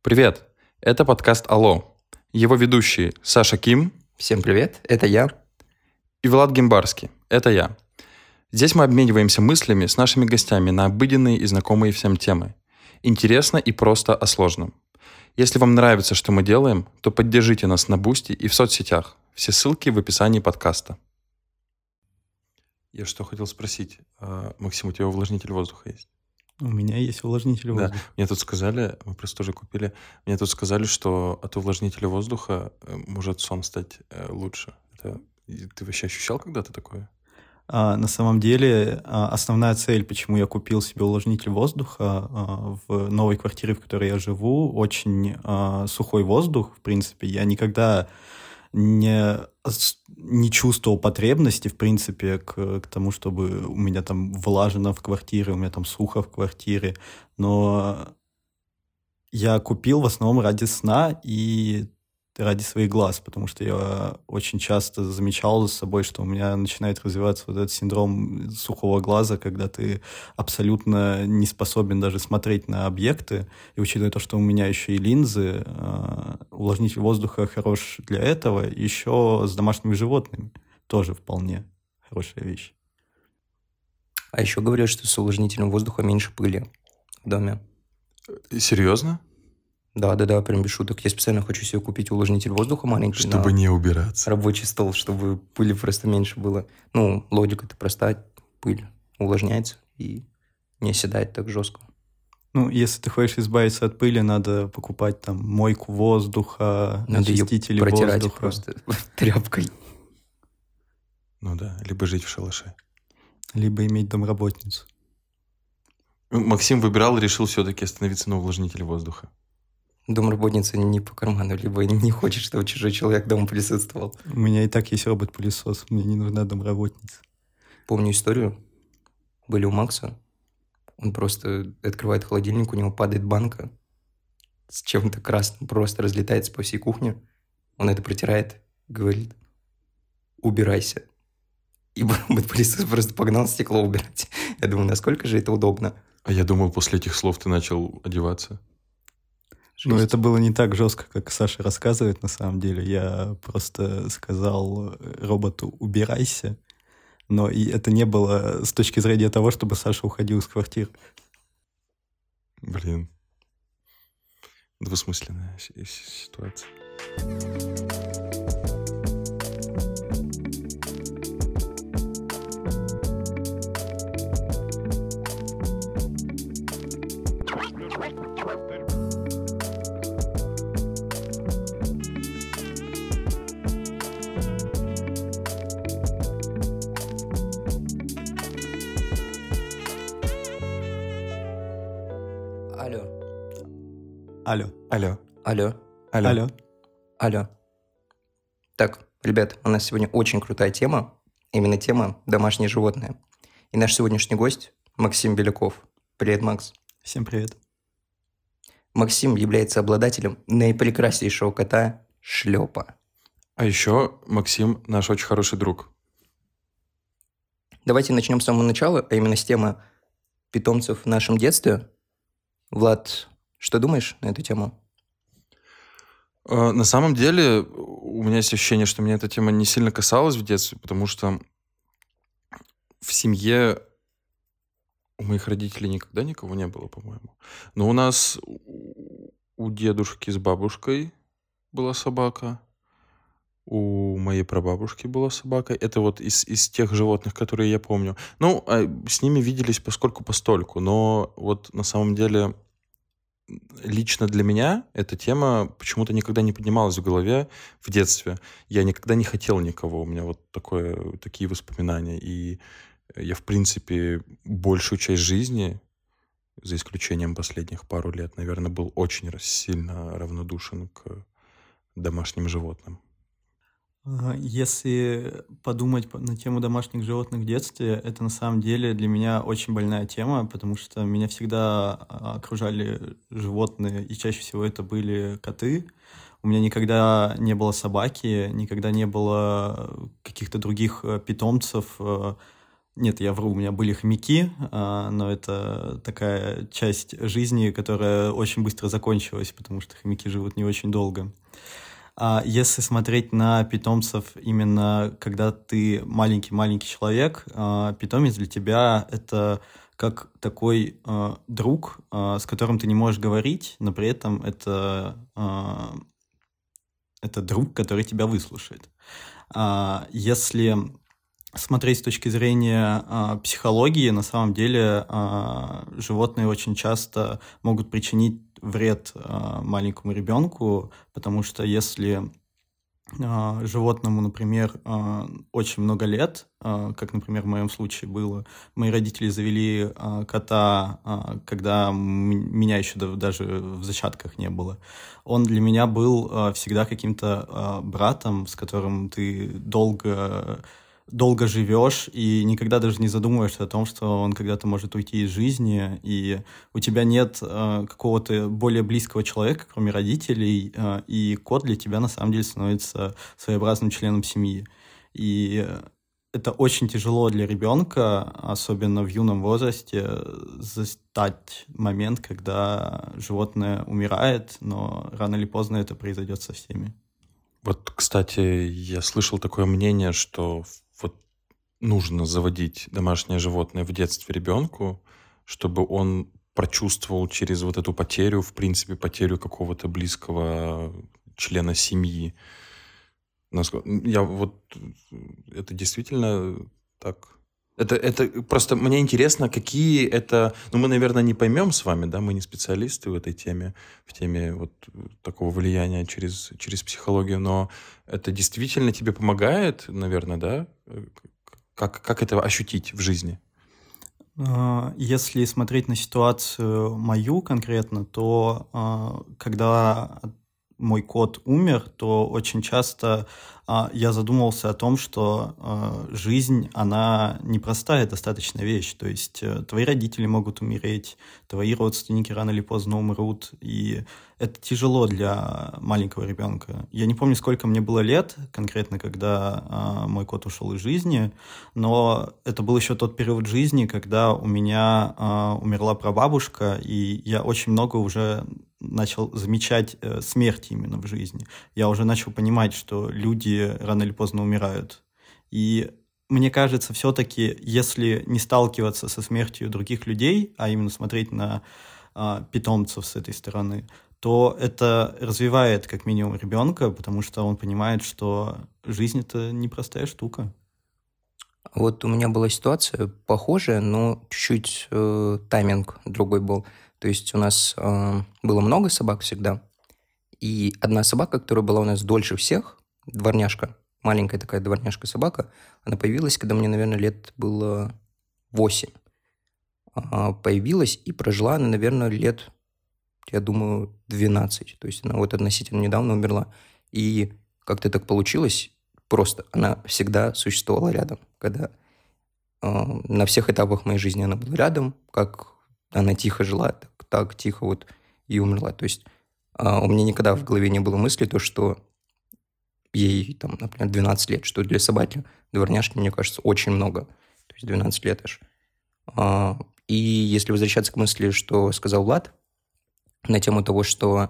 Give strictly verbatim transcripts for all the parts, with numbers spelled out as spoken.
Привет! Это подкаст «Алло». Его ведущие Саша Ким. Всем привет, это я. И Влад Гимбарский. Это я. Здесь мы обмениваемся мыслями с нашими гостями на обыденные и знакомые всем темы. Интересно и просто о сложном. Если вам нравится, что мы делаем, то поддержите нас на Бусти и в соцсетях. Все ссылки в описании подкаста. Я что хотел спросить. Максим, у тебя увлажнитель воздуха есть? У меня есть увлажнитель воздуха. Да, мне тут сказали, мы просто тоже купили, мне тут сказали, что от увлажнителя воздуха может сон стать лучше. Это, ты вообще ощущал когда-то такое? А, на самом деле, основная цель, почему я купил себе увлажнитель воздуха а, в новой квартире, в которой я живу, очень а, сухой воздух, в принципе. Я никогда не, не чувствовал потребности, в принципе, к, к тому, чтобы у меня там влажно в квартире, у меня там сухо в квартире. Но я купил в основном ради сна и ради своих глаз, потому что я очень часто замечал за собой, что у меня начинает развиваться вот этот синдром сухого глаза, когда ты абсолютно не способен даже смотреть на объекты. И учитывая то, что у меня еще и линзы, увлажнитель воздуха хорош для этого, еще с домашними животными тоже вполне хорошая вещь. А еще говорят, что с увлажнителем воздуха меньше пыли в доме. Серьезно? Да, да, да, прям без шуток. Я специально хочу себе купить увлажнитель воздуха маленький. Чтобы не убираться. Рабочий стол, чтобы пыли просто меньше было. Ну, логика-то простая. Пыль увлажняется и не оседает так жестко. Ну, если ты хочешь избавиться от пыли, надо покупать там мойку воздуха, надо очистители ее протирать воздуха. Просто тряпкой. Ну да, либо жить в шалаше. Либо иметь домработницу. Максим выбирал и решил все-таки остановиться на увлажнителе воздуха. Домработница не по карману, либо не хочет, чтобы чужой человек дома присутствовал. У меня и так есть робот-пылесос, мне не нужна домработница. Помню историю. Были у Макса. Он просто открывает холодильник, у него падает банка с чем-то красным, просто разлетается по всей кухне. Он это протирает, говорит: убирайся. И робот-пылесос просто погнал стекло убирать. Я думаю, насколько же это удобно. А я думал, после этих слов ты начал одеваться. Ну, это было не так жестко, как Саша рассказывает на самом деле. Я просто сказал роботу «убирайся», но и это не было с точки зрения того, чтобы Саша уходил из квартиры. Блин. Двусмысленная ситуация. Алло. Алло. Алло. Алло. Алло. Алло. Алло. Так, ребят, у нас сегодня очень крутая тема. Именно тема «Домашние животные». И наш сегодняшний гость Максим Беляков. Привет, Макс. Всем привет. Максим является обладателем наипрекраснейшего кота Шлепа. А еще Максим наш очень хороший друг. Давайте начнем с самого начала, а именно с темы питомцев в нашем детстве. Влад, что думаешь на эту тему? На самом деле, у меня есть ощущение, что меня эта тема не сильно касалась в детстве, потому что в семье у моих родителей никогда никого не было, по-моему. Но у нас у дедушки с бабушкой была собака, у моей прабабушки была собака. Это вот из, из тех животных, которые я помню. Ну, с ними виделись поскольку-постольку, но вот на самом деле лично для меня эта тема почему-то никогда не поднималась в голове в детстве. Я никогда не хотел никого. У меня вот такое, такие воспоминания. И я, в принципе, большую часть жизни, за исключением последних пару лет, наверное, был очень сильно равнодушен к домашним животным. Если подумать на тему домашних животных в детстве, это на самом деле для меня очень больная тема, потому что меня всегда окружали животные, и чаще всего это были коты. У меня никогда не было собаки, никогда не было каких-то других питомцев, Нет, я вру, у меня были хомяки, а, но это такая часть жизни, которая очень быстро закончилась, потому что хомяки живут не очень долго. А если смотреть на питомцев именно когда ты маленький-маленький человек, а, питомец для тебя — это как такой а, друг, а, с которым ты не можешь говорить, но при этом это, а, это друг, который тебя выслушает. А, если смотреть с точки зрения а, психологии, на самом деле а, животные очень часто могут причинить вред а, маленькому ребенку, потому что если а, животному, например, а, очень много лет, а, как, например, в моем случае было, мои родители завели а, кота, а, когда м- меня еще да- даже в зачатках не было. Он для меня был а, всегда каким-то а, братом, с которым ты долго долго живешь и никогда даже не задумываешься о том, что он когда-то может уйти из жизни, и у тебя нет э, какого-то более близкого человека, кроме родителей, э, и кот для тебя на самом деле становится своеобразным членом семьи. И это очень тяжело для ребенка, особенно в юном возрасте, застать момент, когда животное умирает, но рано или поздно это произойдет со всеми. Вот, кстати, я слышал такое мнение, что вот нужно заводить домашнее животное в детстве ребенку, чтобы он прочувствовал через вот эту потерю, в принципе, потерю какого-то близкого члена семьи. Насколько- Я вот это действительно так. Это, это просто мне интересно, какие это... Ну, мы, наверное, не поймем с вами, да, мы не специалисты в этой теме, в теме вот такого влияния через, через психологию, но это действительно тебе помогает, наверное, да? Как, как это ощутить в жизни? А, Если смотреть на ситуацию мою конкретно, то а, когда мой кот умер, то очень часто а, я задумывался о том, что а, жизнь, она непростая достаточно вещь. То есть э, твои родители могут умереть, твои родственники рано или поздно умрут, и это тяжело для маленького ребенка. Я не помню, сколько мне было лет конкретно, когда а, мой кот ушел из жизни, но это был еще тот период жизни, когда у меня а, умерла прабабушка, и я очень много уже начал замечать э, смерть именно в жизни. Я уже начал понимать, что люди рано или поздно умирают. И мне кажется, все-таки, если не сталкиваться со смертью других людей, а именно смотреть на а, питомцев с этой стороны, то это развивает как минимум ребенка, потому что он понимает, что жизнь — это непростая штука. Вот у меня была ситуация похожая, но чуть-чуть э, тайминг другой был. То есть у нас э, было много собак всегда, и одна собака, которая была у нас дольше всех, дворняжка, маленькая такая дворняжка-собака, она появилась, когда мне, наверное, лет было восемь. А, Появилась и прожила она, наверное, лет, я думаю, двенадцать. То есть она вот относительно недавно умерла. И как-то так получилось, просто она всегда существовала рядом. Когда э, на всех этапах моей жизни она была рядом, как она тихо жила, так, так тихо вот и умерла. То есть э, у меня никогда в голове не было мысли, то, что ей, там, например, двенадцать лет, что для собаки, дворняжки, мне кажется, очень много. То есть двенадцать лет аж. А, И если возвращаться к мысли, что сказал Влад, на тему того, что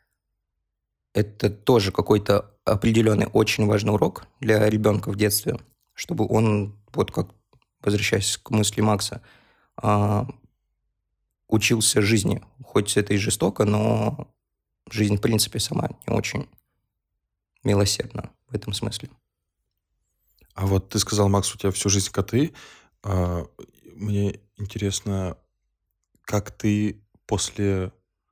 это тоже какой-то определенный очень важный урок для ребенка в детстве, чтобы он, вот как, возвращаясь к мысли Макса, а, учился жизни. Хоть это и жестоко, но жизнь, в принципе, сама не очень милосердна в этом смысле. А вот ты сказал, Макс, у тебя всю жизнь коты. А, Мне интересно, как ты после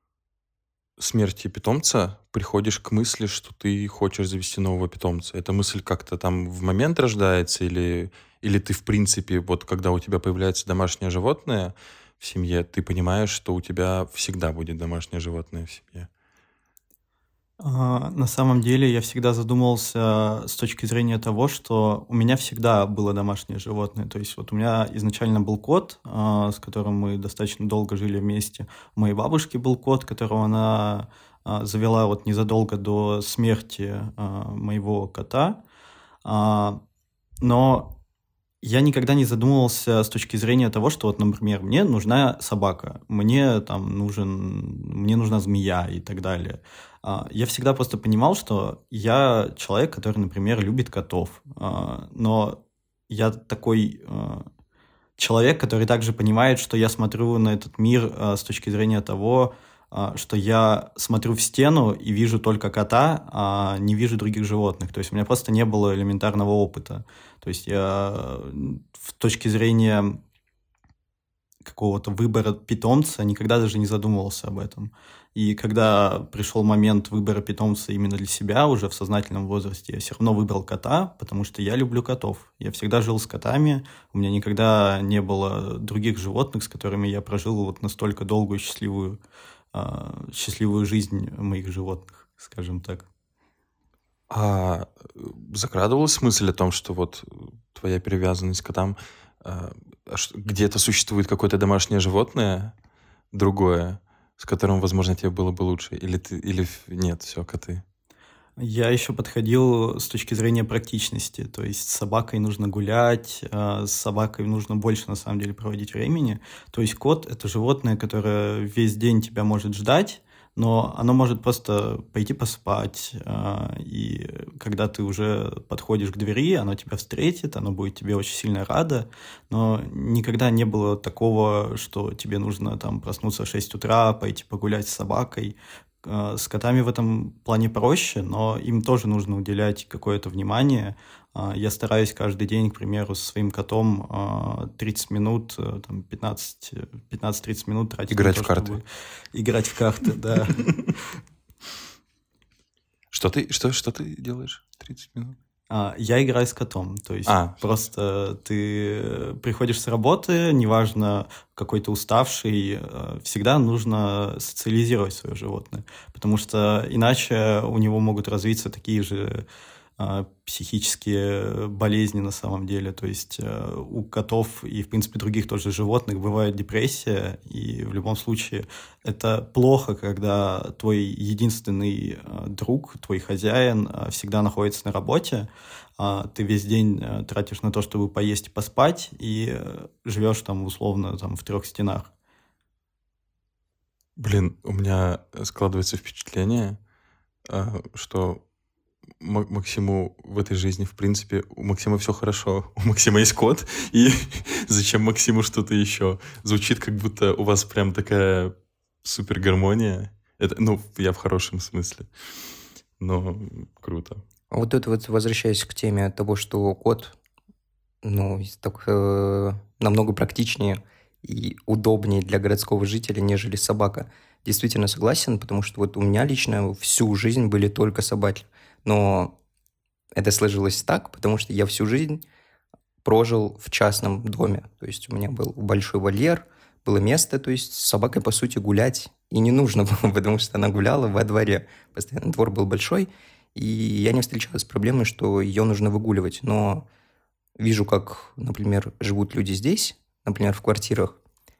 смерти питомца приходишь к мысли, что ты хочешь завести нового питомца? Эта мысль как-то там в момент рождается или, или ты, в принципе, вот когда у тебя появляется домашнее животное в семье, ты понимаешь, что у тебя всегда будет домашнее животное в семье? А, На самом деле я всегда задумывался с точки зрения того, что у меня всегда было домашнее животное. То есть вот у меня изначально был кот, а, с которым мы достаточно долго жили вместе. У моей бабушки был кот, которого она а, завела вот незадолго до смерти а, моего кота. А, Но я никогда не задумывался с точки зрения того, что вот, например, мне нужна собака, мне там нужен, мне нужна змея и так далее. Я всегда просто понимал, что я человек, который, например, любит котов, но я такой человек, который также понимает, что я смотрю на этот мир с точки зрения того, что я смотрю в стену и вижу только кота, а не вижу других животных. То есть у меня просто не было элементарного опыта. То есть я в точке зрения какого-то выбора питомца никогда даже не задумывался об этом. И когда пришел момент выбора питомца именно для себя, уже в сознательном возрасте, я все равно выбрал кота, потому что я люблю котов. Я всегда жил с котами, у меня никогда не было других животных, с которыми я прожил вот настолько долгую счастливую счастливую жизнь моих животных, скажем так. А закрадывалась мысль о том, что вот твоя привязанность к котам, где-то существует какое-то домашнее животное, другое, с которым, возможно, тебе было бы лучше? Или, ты, или нет, все, коты? Я еще подходил с точки зрения практичности, то есть с собакой нужно гулять, с собакой нужно больше, на самом деле, проводить времени. То есть кот — это животное, которое весь день тебя может ждать, но оно может просто пойти поспать, и когда ты уже подходишь к двери, оно тебя встретит, оно будет тебе очень сильно радо, но никогда не было такого, что тебе нужно там проснуться в шесть утра, пойти погулять с собакой. С котами в этом плане проще, но им тоже нужно уделять какое-то внимание. Я стараюсь каждый день, к примеру, со своим котом тридцать минут, там, пятнадцать-тридцать минут тратить играть на то, в карты. чтобы играть в карты, да. Что ты, что, что ты делаешь тридцать минут? Я играю с котом, то есть а. просто ты приходишь с работы, неважно, какой ты уставший, всегда нужно социализировать свое животное, потому что иначе у него могут развиться такие же психические болезни на самом деле. То есть у котов и, в принципе, других тоже животных бывает депрессия, и в любом случае это плохо, когда твой единственный друг, твой хозяин всегда находится на работе, ты весь день тратишь на то, чтобы поесть и поспать, и живешь там условно там, в трех стенах. Блин, у меня складывается впечатление, что Максиму в этой жизни, в принципе, у Максима все хорошо. У Максима есть кот, и зачем Максиму что-то еще? Звучит, как будто у вас прям такая супер гармония. Это, ну, я в хорошем смысле. Но круто. Вот тут вот возвращаясь к теме того, что кот, ну, так, э, намного практичнее и удобнее для городского жителя, нежели собака. Действительно согласен, потому что вот у меня лично всю жизнь были только собаки. Но это сложилось так, потому что я всю жизнь прожил в частном доме. То есть у меня был большой вольер, было место, то есть с собакой, по сути, гулять и не нужно было, потому что она гуляла во дворе. Постоянно двор был большой, и я не встречался с проблемой, что ее нужно выгуливать. Но вижу, как, например, живут люди здесь, например, в квартирах,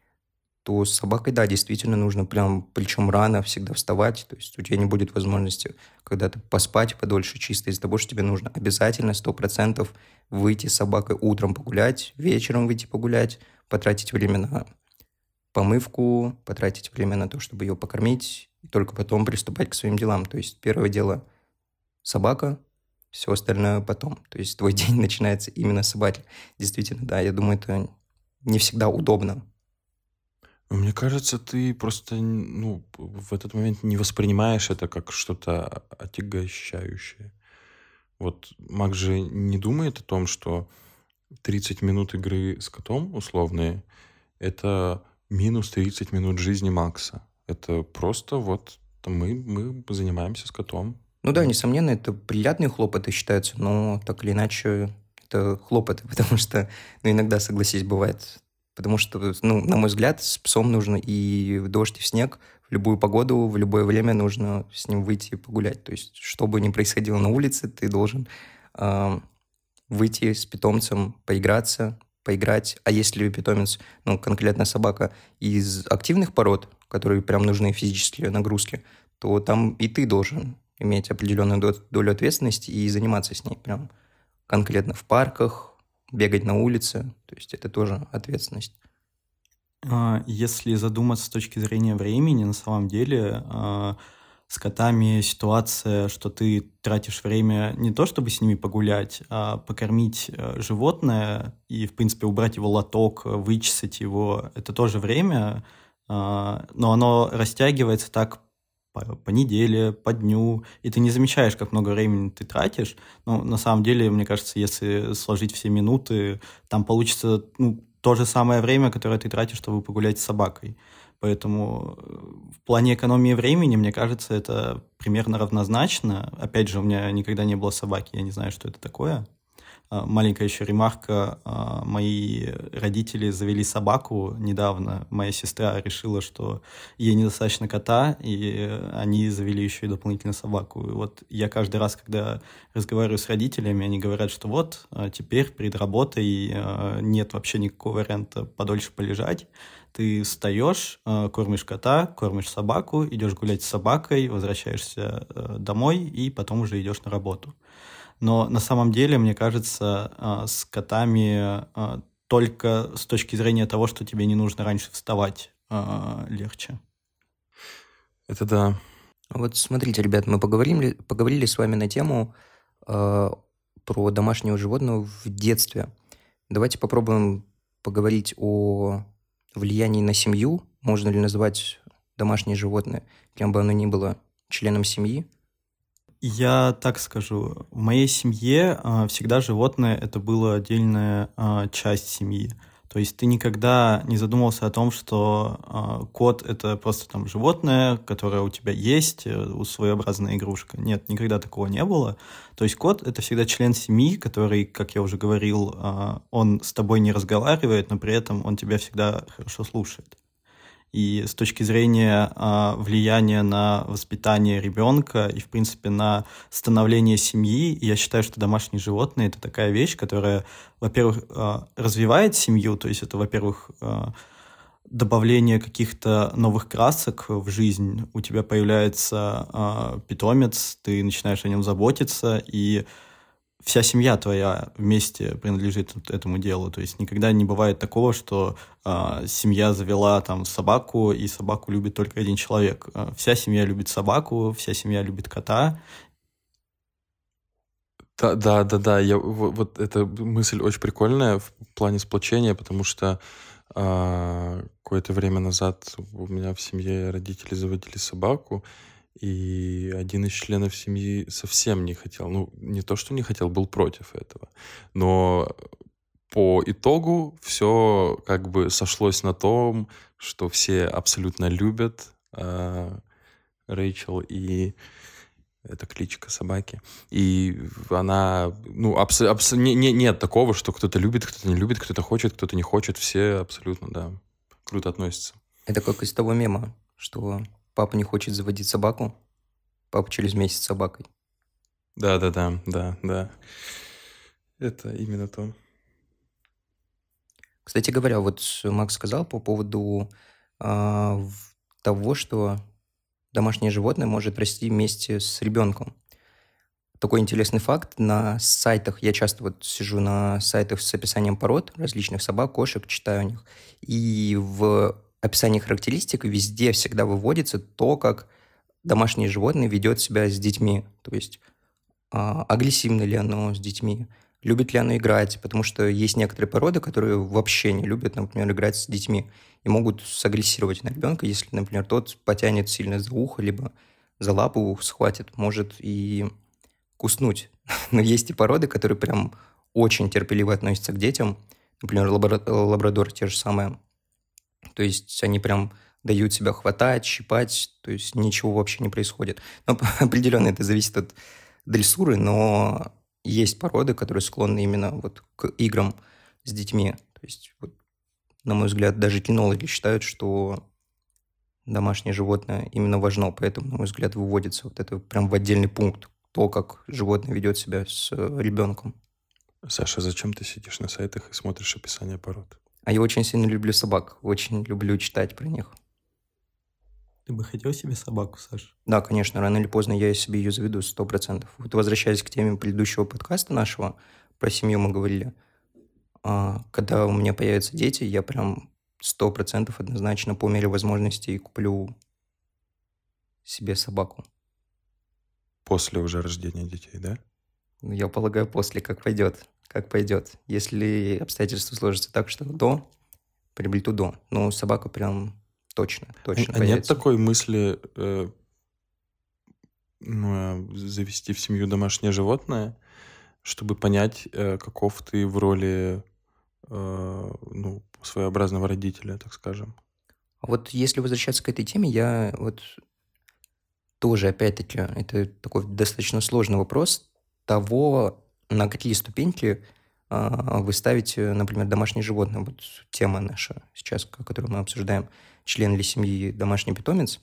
то с собакой, да, действительно нужно прям, причем рано всегда вставать, то есть у тебя не будет возможности когда-то поспать подольше чисто из-за того, что тебе нужно обязательно сто процентов выйти с собакой утром погулять, вечером выйти погулять, потратить время на помывку, потратить время на то, чтобы ее покормить, и только потом приступать к своим делам. То есть первое дело собака, все остальное потом. То есть твой день начинается именно с собаки. Действительно, да, я думаю, это не всегда удобно. Мне кажется, ты просто ну, в этот момент не воспринимаешь это как что-то отягощающее. Вот Макс же не думает о том, что тридцать минут игры с котом условные — это минус тридцать минут жизни Макса. Это просто вот мы, мы занимаемся с котом. Ну да, несомненно, это приятные хлопоты считаются, но так или иначе это хлопоты, потому что, ну, иногда, согласись, бывает... Потому что, ну, на мой взгляд, с псом нужно и в дождь, и в снег, в любую погоду, в любое время нужно с ним выйти и погулять. То есть, что бы ни происходило на улице, ты должен э, выйти с питомцем, поиграться, поиграть. А если питомец, ну, конкретно собака, из активных пород, которые прям нужны физические нагрузки, то там и ты должен иметь определенную долю ответственности и заниматься с ней прям конкретно в парках, бегать на улице. То есть это тоже ответственность. Если задуматься с точки зрения времени, на самом деле с котами ситуация, что ты тратишь время не то, чтобы с ними погулять, а покормить животное и, в принципе, убрать его лоток, вычесать его. Это тоже время, но оно растягивается так по, по неделе, по дню, и ты не замечаешь, как много времени ты тратишь. Но на самом деле, мне кажется, если сложить все минуты, там получится ну, то же самое время, которое ты тратишь, чтобы погулять с собакой. Поэтому в плане экономии времени, мне кажется, это примерно равнозначно. Опять же, у меня никогда не было собаки, я не знаю, что это такое. Маленькая еще ремарка. Мои родители завели собаку недавно. Моя сестра решила, что ей недостаточно кота, и они завели еще и дополнительно собаку. И вот я каждый раз, когда разговариваю с родителями, они говорят, что вот теперь перед работой нет вообще никакого варианта подольше полежать. Ты встаешь, кормишь кота, кормишь собаку, идешь гулять с собакой, возвращаешься домой и потом уже идешь на работу. Но на самом деле, мне кажется, с котами только с точки зрения того, что тебе не нужно раньше вставать, легче. Это да. Вот смотрите, ребят, мы поговорили, поговорили с вами на тему э, про домашнего животного в детстве. Давайте попробуем поговорить о влиянии на семью. Можно ли называть домашнее животное, кем бы оно ни было, членом семьи? Я так скажу, в моей семье э, всегда животное это была отдельная э, часть семьи. То есть ты никогда не задумывался о том, что э, кот это просто там животное, которое у тебя есть, э, своеобразная игрушка. Нет, никогда такого не было. То есть кот это всегда член семьи, который, как я уже говорил, э, он с тобой не разговаривает, но при этом он тебя всегда хорошо слушает. И с точки зрения э, влияния на воспитание ребенка и, в принципе, на становление семьи, я считаю, что домашние животные – это такая вещь, которая, во-первых, э, развивает семью, то есть это, во-первых, э, добавление каких-то новых красок в жизнь. У тебя появляется э, питомец, ты начинаешь о нем заботиться, и вся семья твоя вместе принадлежит этому делу. То есть никогда не бывает такого, что э, семья завела там собаку, и собаку любит только один человек. Э, вся семья любит собаку, вся семья любит кота. Да, да, да, да. Я, вот, вот эта мысль очень прикольная в плане сплочения, потому что э, какое-то время назад у меня в семье родители заводили собаку, и один из членов семьи совсем не хотел. Ну, не то, что не хотел, был против этого. Но по итогу все как бы сошлось на том, что все абсолютно любят э, Рэйчел, и это кличка собаки. И она... Ну, абс, абс, не, не, нет такого, что кто-то любит, кто-то не любит, кто-то хочет, кто-то не хочет. Все абсолютно, да, круто относятся. Это как из того мема, что... Папа не хочет заводить собаку. Папа через месяц с собакой. Да-да-да, да, да. Это именно то. Кстати говоря, вот Макс сказал по поводу э, того, что домашнее животное может расти вместе с ребенком. Такой интересный факт. На сайтах, я часто вот сижу на сайтах с описанием пород различных собак, кошек, читаю о них. И в описании характеристик везде всегда выводится то, как домашнее животное ведет себя с детьми. То есть а, агрессивно ли оно с детьми, любит ли оно играть. Потому что есть некоторые породы, которые вообще не любят, например, играть с детьми. И могут сагрессировать на ребенка, если, например, тот потянет сильно за ухо, либо за лапу схватит, может и куснуть. Но есть и породы, которые прям очень терпеливо относятся к детям. Например, лабрадор те же самые. То есть они прям дают себя хватать, щипать, то есть ничего вообще не происходит. Но определенно это зависит от дрессуры, но есть породы, которые склонны именно вот к играм с детьми. То есть, вот, на мой взгляд, даже кинологи считают, что домашнее животное именно важно, поэтому, на мой взгляд, выводится вот это прям в отдельный пункт, то, как животное ведет себя с ребенком. Саша, зачем ты сидишь на сайтах и смотришь описание пород? А я очень сильно люблю собак, очень люблю читать про них. Ты бы хотел себе собаку, Саш? Да, конечно, рано или поздно я себе ее заведу, сто процентов. Вот возвращаясь к теме предыдущего подкаста нашего, про семью мы говорили. А, когда у меня появятся дети, я прям сто процентов однозначно по мере возможностей куплю себе собаку. После уже рождения детей, да? Ну, я полагаю, после, как пойдет. Как пойдет. Если обстоятельства сложатся так, что до, приобрету до. Но собака прям точно, точно А, а нет появится. такой мысли э, ну, э, завести в семью домашнее животное, чтобы понять, э, каков ты в роли э, ну, своеобразного родителя, так скажем? Вот если возвращаться к этой теме, я вот тоже, опять-таки, это такой достаточно сложный вопрос того, на какие ступеньки а, вы ставите, например, домашнее животное. Вот тема наша сейчас, которую мы обсуждаем, член ли семьи домашний питомец.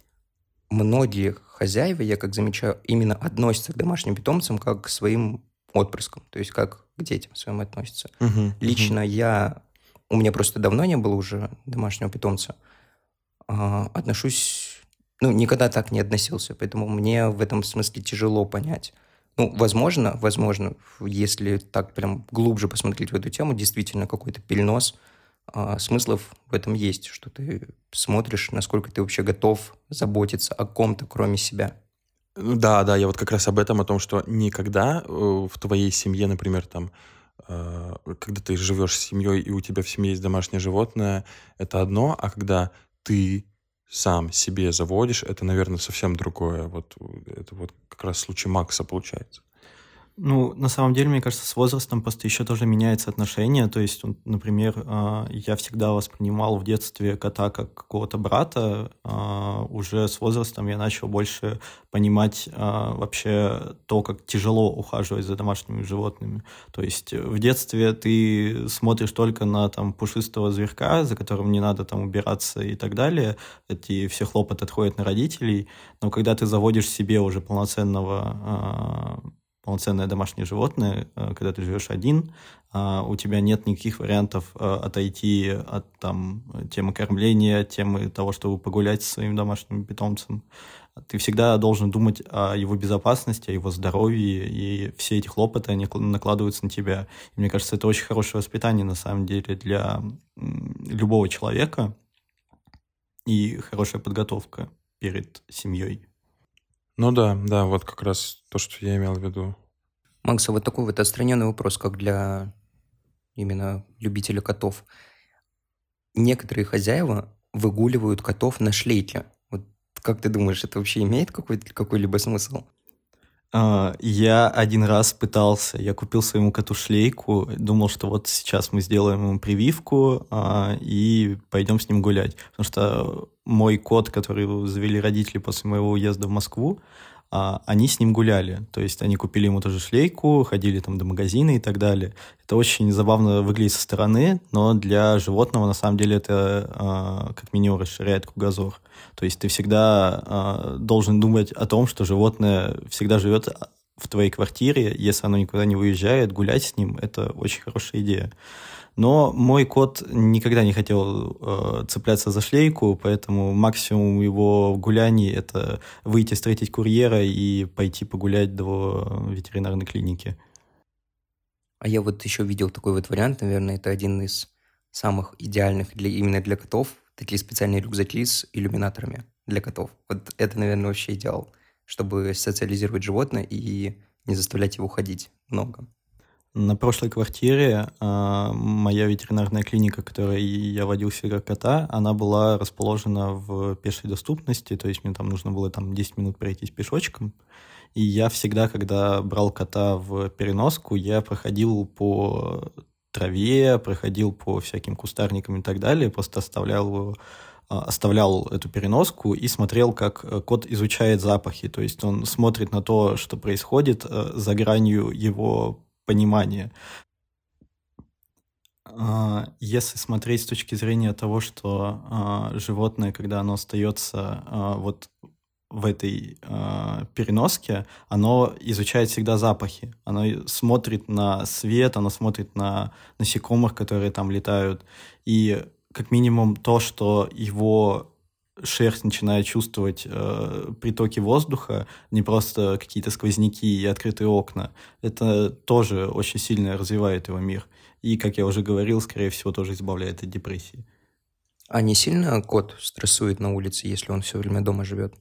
Многие хозяева, я как замечаю, именно относятся к домашним питомцам как к своим отпрыскам, то есть как к детям своим относятся. Мгм, Лично мгм. я, у меня просто давно не было уже домашнего питомца, а, отношусь, ну, никогда так не относился, поэтому мне в этом смысле тяжело понять. Ну, возможно, возможно, если так прям глубже посмотреть в эту тему, действительно какой-то перенос а, смыслов в этом есть, что ты смотришь, насколько ты вообще готов заботиться о ком-то, кроме себя. Ну да, да, я вот как раз об этом, о том, что никогда э, в твоей семье, например, там, э, когда ты живешь с семьей, и у тебя в семье есть домашнее животное, это одно, а когда ты сам себе заводишь, это, наверное, совсем другое. Вот э, это вот как раз случай Макса получается. Ну, на самом деле, мне кажется, с возрастом просто еще тоже меняется отношение. То есть, вот, например, а, я всегда воспринимал в детстве кота как какого-то брата. а, Уже с возрастом я начал больше понимать а, вообще то, как тяжело ухаживать за домашними животными. То есть в детстве ты смотришь только на там пушистого зверька, за которым не надо там убираться и так далее. Эти все хлопоты отходят на родителей. Но когда ты заводишь себе уже полноценного а, полноценное домашнее животное, э, когда ты живешь один, а, у тебя нет никаких вариантов э, отойти от там, темы кормления, темы того, чтобы погулять со своим домашним питомцем. Ты всегда должен думать о его безопасности, о его здоровье, и все эти хлопоты, они накладываются на тебя. И мне кажется, это очень хорошее воспитание, на самом деле, для м, любого человека и хорошая подготовка перед семьей. Ну да, да, вот как раз то, что я имел в виду. Макс, а вот такой вот отстраненный вопрос, как для именно любителя котов. Некоторые хозяева выгуливают котов на шлейке. Вот как ты думаешь, это вообще имеет какой-то, какой-либо смысл? А, Я один раз пытался, я купил своему коту шлейку, думал, что вот сейчас мы сделаем ему прививку а, и пойдем с ним гулять. Потому что мой кот, который завели родители после моего уезда в Москву, а, они с ним гуляли. То есть они купили ему тоже шлейку, ходили там до магазина и так далее. Это очень забавно выглядит со стороны, но для животного на самом деле это а, как минимум расширяет кругозор. То есть ты всегда а, должен думать о том, что животное всегда живет в твоей квартире. Если оно никуда не выезжает, гулять с ним – это очень хорошая идея. Но мой кот никогда не хотел э, цепляться за шлейку, поэтому максимум его гуляний – это выйти встретить курьера и пойти погулять до ветеринарной клиники. А я вот еще видел такой вот вариант, наверное, это один из самых идеальных для, именно для котов. Такие специальные рюкзаки с иллюминаторами для котов. Вот это, наверное, вообще идеал, чтобы социализировать животное и не заставлять его ходить много. На прошлой квартире а, моя ветеринарная клиника, которой я водил всегда кота, она была расположена в пешей доступности, то есть мне там нужно было там десять минут пройтись пешочком. И я всегда, когда брал кота в переноску, я проходил по траве, проходил по всяким кустарникам и так далее, просто оставлял его оставлял эту переноску и смотрел, как кот изучает запахи. То есть он смотрит на то, что происходит за гранью его понимания. Если смотреть с точки зрения того, что животное, когда оно остается вот в этой переноске, оно изучает всегда запахи. Оно смотрит на свет, оно смотрит на насекомых, которые там летают. И как минимум то, что его шерсть начинает чувствовать э, притоки воздуха, не просто какие-то сквозняки и открытые окна. Это тоже очень сильно развивает его мир. И, как я уже говорил, скорее всего, тоже избавляет от депрессии. А не сильно кот стрессует на улице, если он все время дома живет?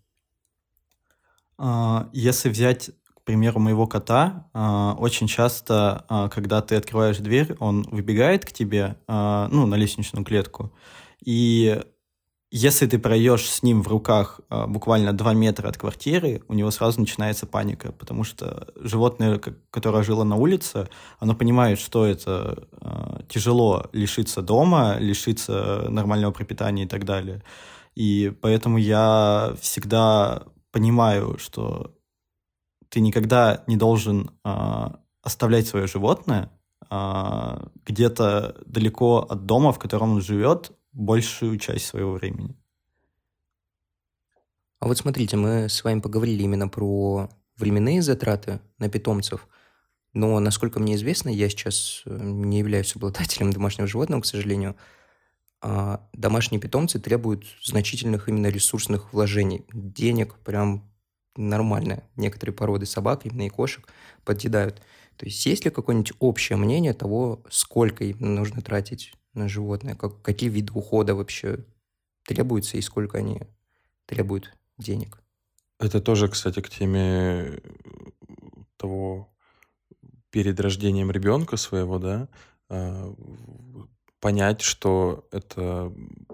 А, Если взять, к примеру, моего кота, а, очень часто, а, когда ты открываешь дверь, он выбегает к тебе, а, ну, на лестничную клетку, и если ты пройдешь с ним в руках а, буквально два метра от квартиры, у него сразу начинается паника, потому что животное, ко- которое жило на улице, оно понимает, что это а, тяжело лишиться дома, лишиться нормального пропитания и так далее. И поэтому я всегда понимаю, что ты никогда не должен а, оставлять свое животное а, где-то далеко от дома, в котором он живет, большую часть своего времени. А вот смотрите, мы с вами поговорили именно про временные затраты на питомцев, но, насколько мне известно, я сейчас э, не являюсь обладателем домашнего животного, к сожалению, а домашние питомцы требуют значительных именно ресурсных вложений, денег прям нормально. Некоторые породы собак, именно и кошек, подъедают. То есть есть ли какое-нибудь общее мнение того, сколько им нужно тратить на животное, как, какие виды ухода вообще требуются и сколько они требуют денег? Это тоже, кстати, к теме того, перед рождением ребенка своего, да, а, понять, что это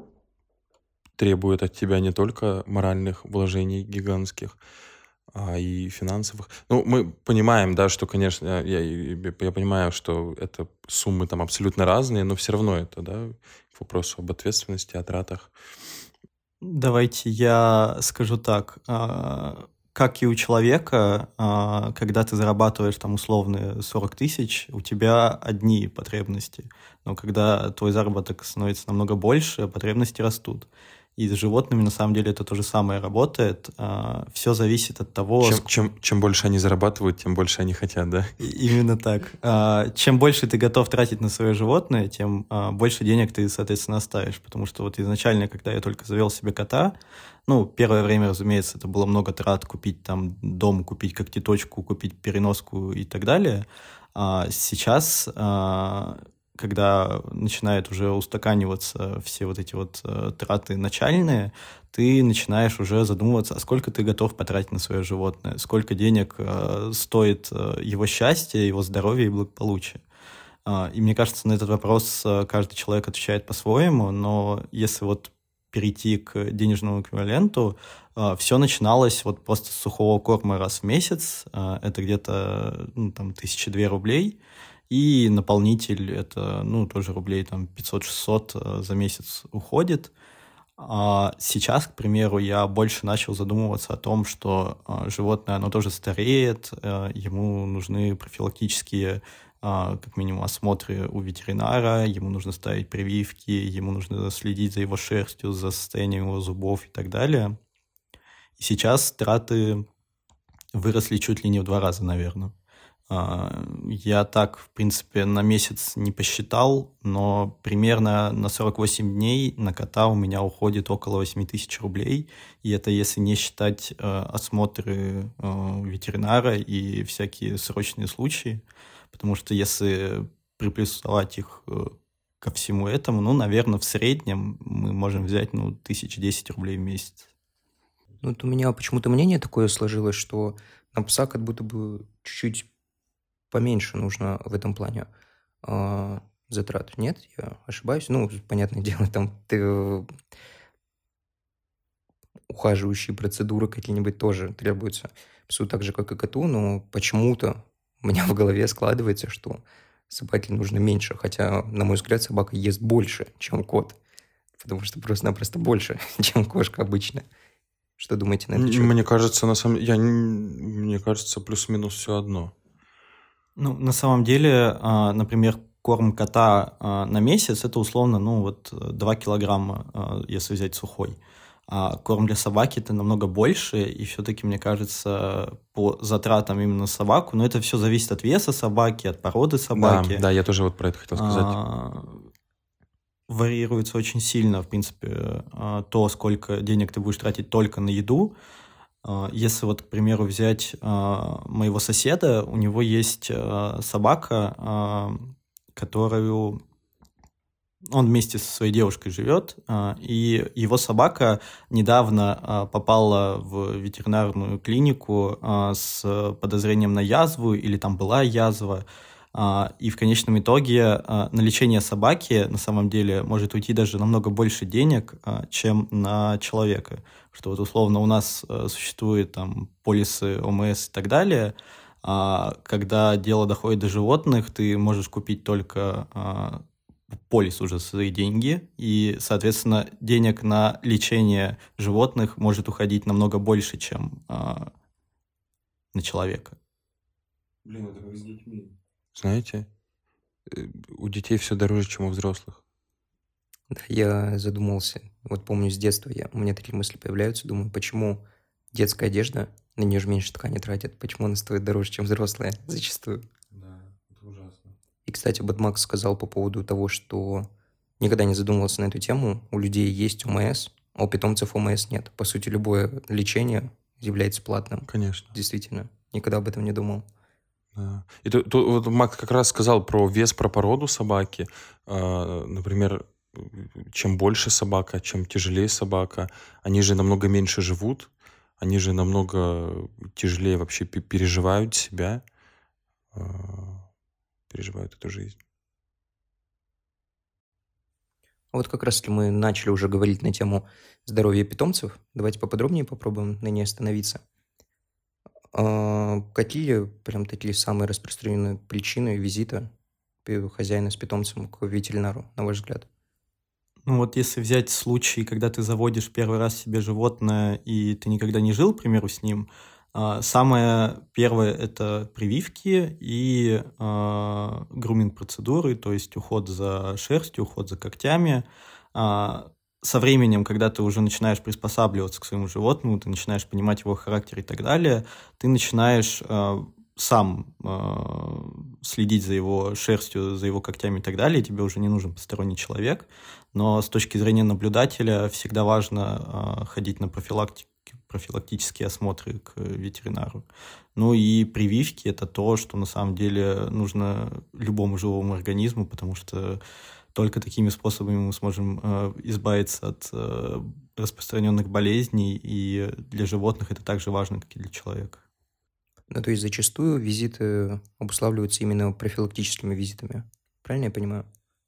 требует от тебя не только моральных вложений гигантских, а и финансовых. Ну, мы понимаем, да, что, конечно, я, я, я понимаю, что это суммы там абсолютно разные, но все равно это, да, к вопросу об ответственности, о тратах. Давайте я скажу так. а, Как и у человека, а, когда ты зарабатываешь там условные сорок тысяч, у тебя одни потребности. Но когда твой заработок становится намного больше, потребности растут. И с животными на самом деле это то же самое работает. Все зависит от того... Чем, ск- чем, чем больше они зарабатывают, тем больше они хотят, да? И- Именно так. А, Чем больше ты готов тратить на свое животное, тем а, больше денег ты, соответственно, оставишь. Потому что вот изначально, когда я только завел себе кота, ну, первое время, разумеется, это было много трат, купить там дом, купить когтеточку, купить переноску и так далее. А сейчас, а, когда начинают уже устаканиваться все вот эти вот э, траты начальные, ты начинаешь уже задумываться, а сколько ты готов потратить на свое животное, сколько денег э, стоит э, его счастье, его здоровье и благополучие. А, И мне кажется, на этот вопрос э, каждый человек отвечает по-своему, но если вот перейти к денежному эквиваленту, все начиналось вот просто с сухого корма раз в месяц, э, это где-то ну, там, тысяча две рублей, и наполнитель это ну, тоже рублей там, пятьсот-шестьсот э, за месяц уходит. А сейчас, к примеру, я больше начал задумываться о том, что а, животное, оно тоже стареет, а, ему нужны профилактические, а, как минимум, осмотры у ветеринара, ему нужно ставить прививки, ему нужно следить за его шерстью, за состоянием его зубов и так далее. И сейчас траты выросли чуть ли не в два раза, наверное. А, Я так, в принципе, на месяц не посчитал, но примерно на сорок восемь дней на кота у меня уходит около восемь тысяч рублей. И это если не считать э, осмотры э, ветеринара и всякие срочные случаи. Потому что если приплюсовать их э, ко всему этому, ну, наверное, в среднем мы можем взять, ну, тысяч десять рублей в месяц. Ну, вот у меня почему-то мнение такое сложилось, что на пса как будто бы чуть-чуть поменьше нужно в этом плане а, затрат. Нет, я ошибаюсь. Ну, понятное дело, там ты, э, ухаживающие процедуры какие-нибудь тоже требуются псу так же, как и коту, но почему-то у меня в голове складывается, что собаке нужно меньше, хотя, на мой взгляд, собака ест больше, чем кот, потому что просто-напросто больше, чем кошка обычно. Что думаете на этот счет? Мне кажется, на самом я, н- мне кажется, плюс-минус все одно. Ну, на самом деле, а, например, корм кота а, на месяц это условно, ну, вот два килограмма, а, если взять сухой. А корм для собаки это намного больше, и все-таки, мне кажется, по затратам именно на собаку, но это все зависит от веса собаки, от породы Да, собаки. да, я тоже вот про это хотел сказать. А, варьируется очень сильно, в принципе, э, то, сколько денег ты будешь тратить только на еду. Э, Если вот, к примеру, взять э, моего соседа, у него есть э, собака, э, которую он вместе со своей девушкой живет, э, и его собака недавно э, попала в ветеринарную клинику э, с подозрением на язву, или там была язва, а, и в конечном итоге а, на лечение собаки на самом деле может уйти даже намного больше денег, а, чем на человека. Что вот условно у нас а, существуют там полисы ОМС и так далее, а когда дело доходит до животных, ты можешь купить только а, полис уже за свои деньги, и, соответственно, денег на лечение животных может уходить намного больше, чем а, на человека. Блин, это как с детьми. Знаете, э, у детей все дороже, чем у взрослых. Да, я задумался. Вот помню с детства, я, у меня такие мысли появляются. Думаю, почему детская одежда, на нее же меньше ткани тратят, почему она стоит дороже, чем взрослая зачастую. Да, это ужасно. И, кстати, вот Макс сказал по поводу того, что никогда не задумывался на эту тему. У людей есть ОМС, а у питомцев ОМС нет. По сути, любое лечение является платным. Конечно. Действительно. Никогда об этом не думал. Да. И тут, тут вот Макс как раз сказал про вес, про породу собаки. А, например, чем больше собака, чем тяжелее собака, они же намного меньше живут, они же намного тяжелее вообще пе- переживают себя, а, переживают эту жизнь. А вот как раз-таки мы начали уже говорить на тему здоровья питомцев. Давайте поподробнее попробуем на ней остановиться. А, какие прям такие самые распространенные причины визита пи- хозяина с питомцем к ветеринару, на ваш взгляд? Ну вот если взять случай, когда ты заводишь первый раз себе животное, и ты никогда не жил, к примеру, с ним, а, самое первое – это прививки и а, груминг-процедуры, то есть уход за шерстью, уход за когтями. А, Со временем, когда ты уже начинаешь приспосабливаться к своему животному, ты начинаешь понимать его характер и так далее, ты начинаешь а, сам а, следить за его шерстью, за его когтями и так далее, и тебе уже не нужен посторонний человек. Но с точки зрения наблюдателя всегда важно э, ходить на профилактики, профилактические осмотры к ветеринару. Ну и прививки – это то, что на самом деле нужно любому живому организму, потому что только такими способами мы сможем э, избавиться от э, распространенных болезней, и для животных это так же важно, как и для человека. Ну, то есть зачастую визиты обуславливаются именно профилактическими визитами. Правильно я понимаю?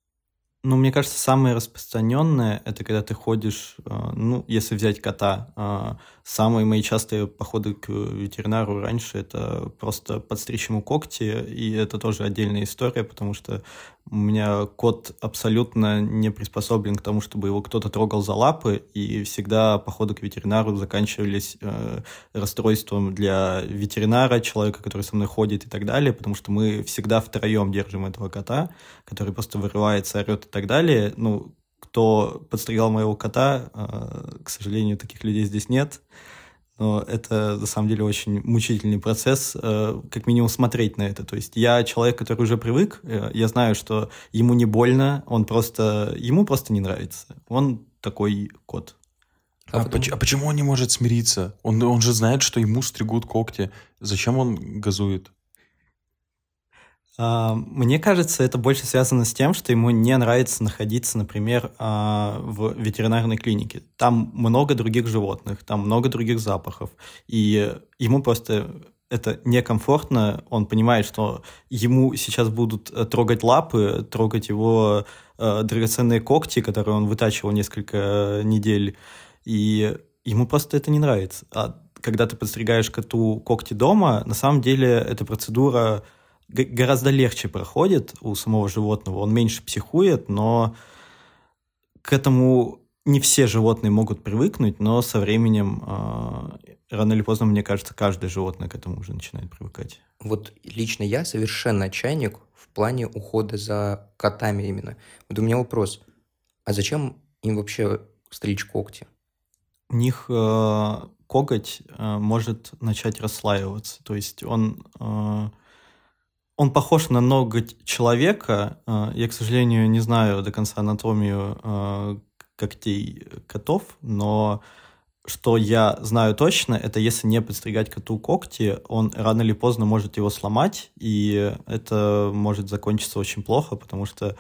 Ну, мне кажется, самое распространенное – это когда ты ходишь, э, ну, если взять кота. э, Самые мои частые походы к ветеринару раньше – это просто подстричь ему когти, и это тоже отдельная история, потому что у меня кот абсолютно не приспособлен к тому, чтобы его кто-то трогал за лапы, и всегда походы к ветеринару заканчивались э, расстройством для ветеринара, человека, который со мной ходит и так далее, потому что мы всегда втроем держим этого кота, который просто вырывается, орет и так далее. Ну, кто подстригал моего кота, э, к сожалению, таких людей здесь нет. Но это, на самом деле, очень мучительный процесс, э, как минимум, смотреть на это. То есть я человек, который уже привык, э, я знаю, что ему не больно, он просто, ему просто не нравится. Он такой кот. А, А потом- поч- а почему он не может смириться? Он, он же знает, что ему стригут когти. Зачем он газует? А, Мне кажется, это больше связано с тем, что ему не нравится находиться, например, а, в ветеринарной клинике. Там много других животных, там много других запахов, и ему просто это некомфортно. Он понимает, что ему сейчас будут э, трогать лапы, трогать его э, драгоценные когти, которые он вытачивал несколько э, недель, и ему просто это не нравится. А когда ты подстригаешь коту когти дома, на самом деле эта процедура г- гораздо легче проходит у самого животного, он меньше психует, но к этому не все животные могут привыкнуть, но со временем, э, рано или поздно, мне кажется, каждое животное к этому уже начинает привыкать. Вот лично я совершенно чайник в плане ухода за котами именно. Вот у меня вопрос. А зачем им вообще стричь когти? У них э, коготь э, может начать расслаиваться, то есть он э, он похож на ноготь человека. Я, к сожалению, не знаю до конца анатомию когтей котов, но что я знаю точно, это если не подстригать коту когти, он рано или поздно может его сломать, и это может закончиться очень плохо, потому что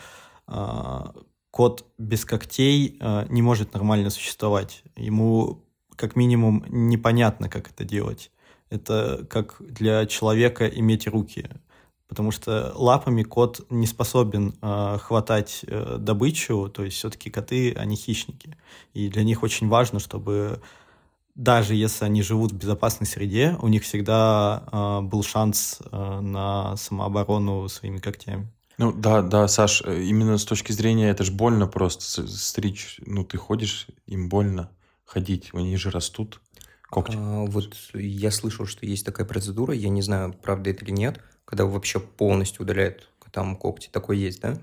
э, кот без когтей э, не может нормально существовать. Ему как минимум непонятно, как это делать. Это как для человека иметь руки. Потому что лапами кот не способен э, хватать э, добычу, то есть все-таки коты, они хищники. И для них очень важно, чтобы даже если они живут в безопасной среде, у них всегда э, был шанс э, на самооборону своими когтями. Ну да, да, Саш, именно с точки зрения, это ж больно просто стричь. Ну ты ходишь, им больно ходить, они же растут, когти. А, вот я слышал, что есть такая процедура, я не знаю, правда это или нет, когда вообще полностью удаляют котам когти. Такое есть, да?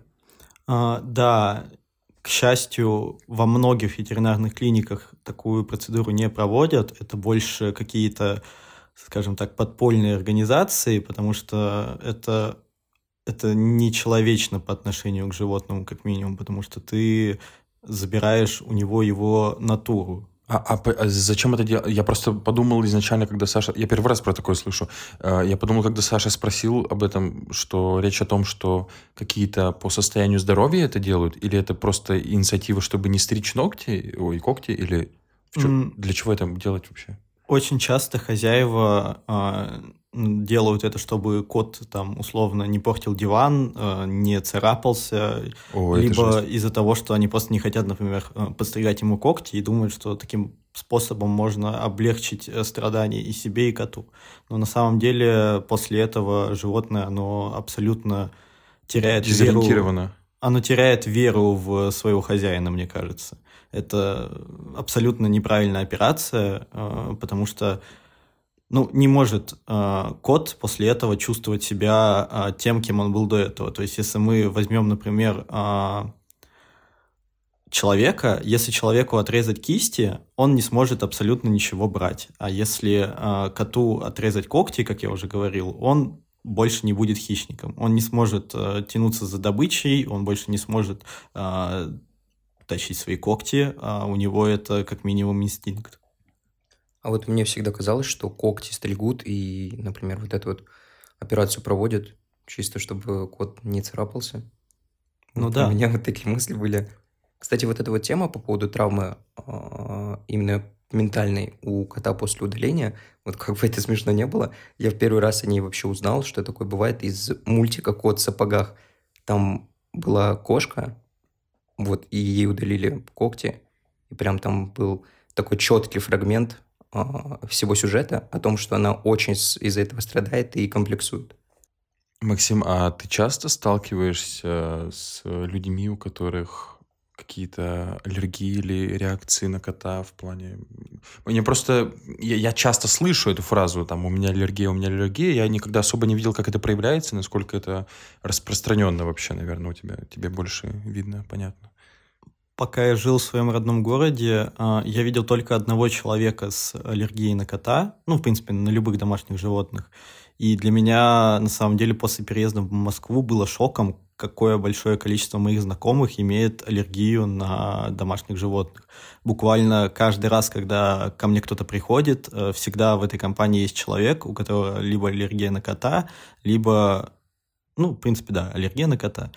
А, да, к счастью, во многих ветеринарных клиниках такую процедуру не проводят. Это больше какие-то, скажем так, подпольные организации, потому что это, это нечеловечно по отношению к животному, как минимум, потому что ты забираешь у него его натуру. А, а, а зачем это делать? Я просто подумал изначально, когда Саша... Я первый раз про такое слышу. Я подумал, когда Саша спросил об этом, что речь о том, что какие-то по состоянию здоровья это делают, или это просто инициатива, чтобы не стричь ногти, ой, когти, или в чё, mm. для чего это делать вообще? Очень часто хозяева э, делают это, чтобы кот там условно не портил диван, э, не царапался, О, либо из-за того, что они просто не хотят, например, подстригать ему когти и думают, что таким способом можно облегчить страдания и себе, и коту. Но на самом деле после этого животное, оно абсолютно теряет веру. Оно теряет веру в своего хозяина, мне кажется. Это абсолютно неправильная операция, потому что ну, не может кот после этого чувствовать себя тем, кем он был до этого. То есть если мы возьмем, например, человека, если человеку отрезать кисти, он не сможет абсолютно ничего брать. А если коту отрезать когти, как я уже говорил, он больше не будет хищником. Он не сможет тянуться за добычей, он больше не сможет тащить свои когти, а у него это как минимум инстинкт. А вот мне всегда казалось, что когти стригут и, например, вот эту вот операцию проводят чисто, чтобы кот не царапался. Ну вот да. У меня вот такие мысли были. Кстати, вот эта вот тема по поводу травмы именно ментальной у кота после удаления, вот как бы это смешно не было, я в первый раз о ней вообще узнал, что такое бывает из мультика «Кот в сапогах». Там была кошка, вот, и ей удалили когти, и прям там был такой четкий фрагмент э, всего сюжета о том, что она очень из-за этого страдает и комплексует. Максим, а ты часто сталкиваешься с людьми, у которых какие-то аллергии или реакции на кота в плане... Мне просто... Я, я часто слышу эту фразу, там, у меня аллергия, у меня аллергия. Я никогда особо не видел, как это проявляется, насколько это распространенно вообще, наверное, у тебя. Тебе больше видно, понятно. Пока я жил в своем родном городе, я видел только одного человека с аллергией на кота, ну, в принципе, на любых домашних животных. И для меня, на самом деле, после переезда в Москву было шоком, какое большое количество моих знакомых имеет аллергию на домашних животных. Буквально каждый раз, когда ко мне кто-то приходит, всегда в этой компании есть человек, у которого либо аллергия на кота, либо, ну, в принципе, да, аллергия на кота.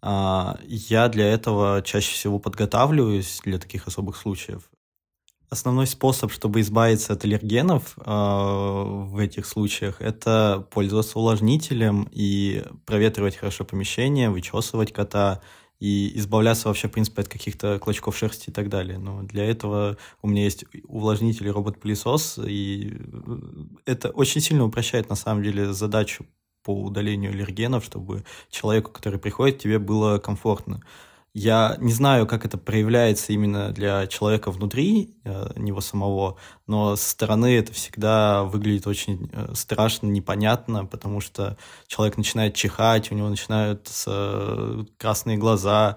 Я для этого чаще всего подготавливаюсь для таких особых случаев. Основной способ, чтобы избавиться от аллергенов э, в этих случаях, это пользоваться увлажнителем и проветривать хорошо помещение, вычесывать кота и избавляться вообще, в принципе, от каких-то клочков шерсти и так далее. Но для этого у меня есть увлажнитель и робот-пылесос, и это очень сильно упрощает, на самом деле, задачу по удалению аллергенов, чтобы человеку, который приходит, тебе было комфортно. Я не знаю, как это проявляется именно для человека внутри э, него самого, но со стороны это всегда выглядит очень э, страшно, непонятно, потому что человек начинает чихать, у него начинают э, красные глаза,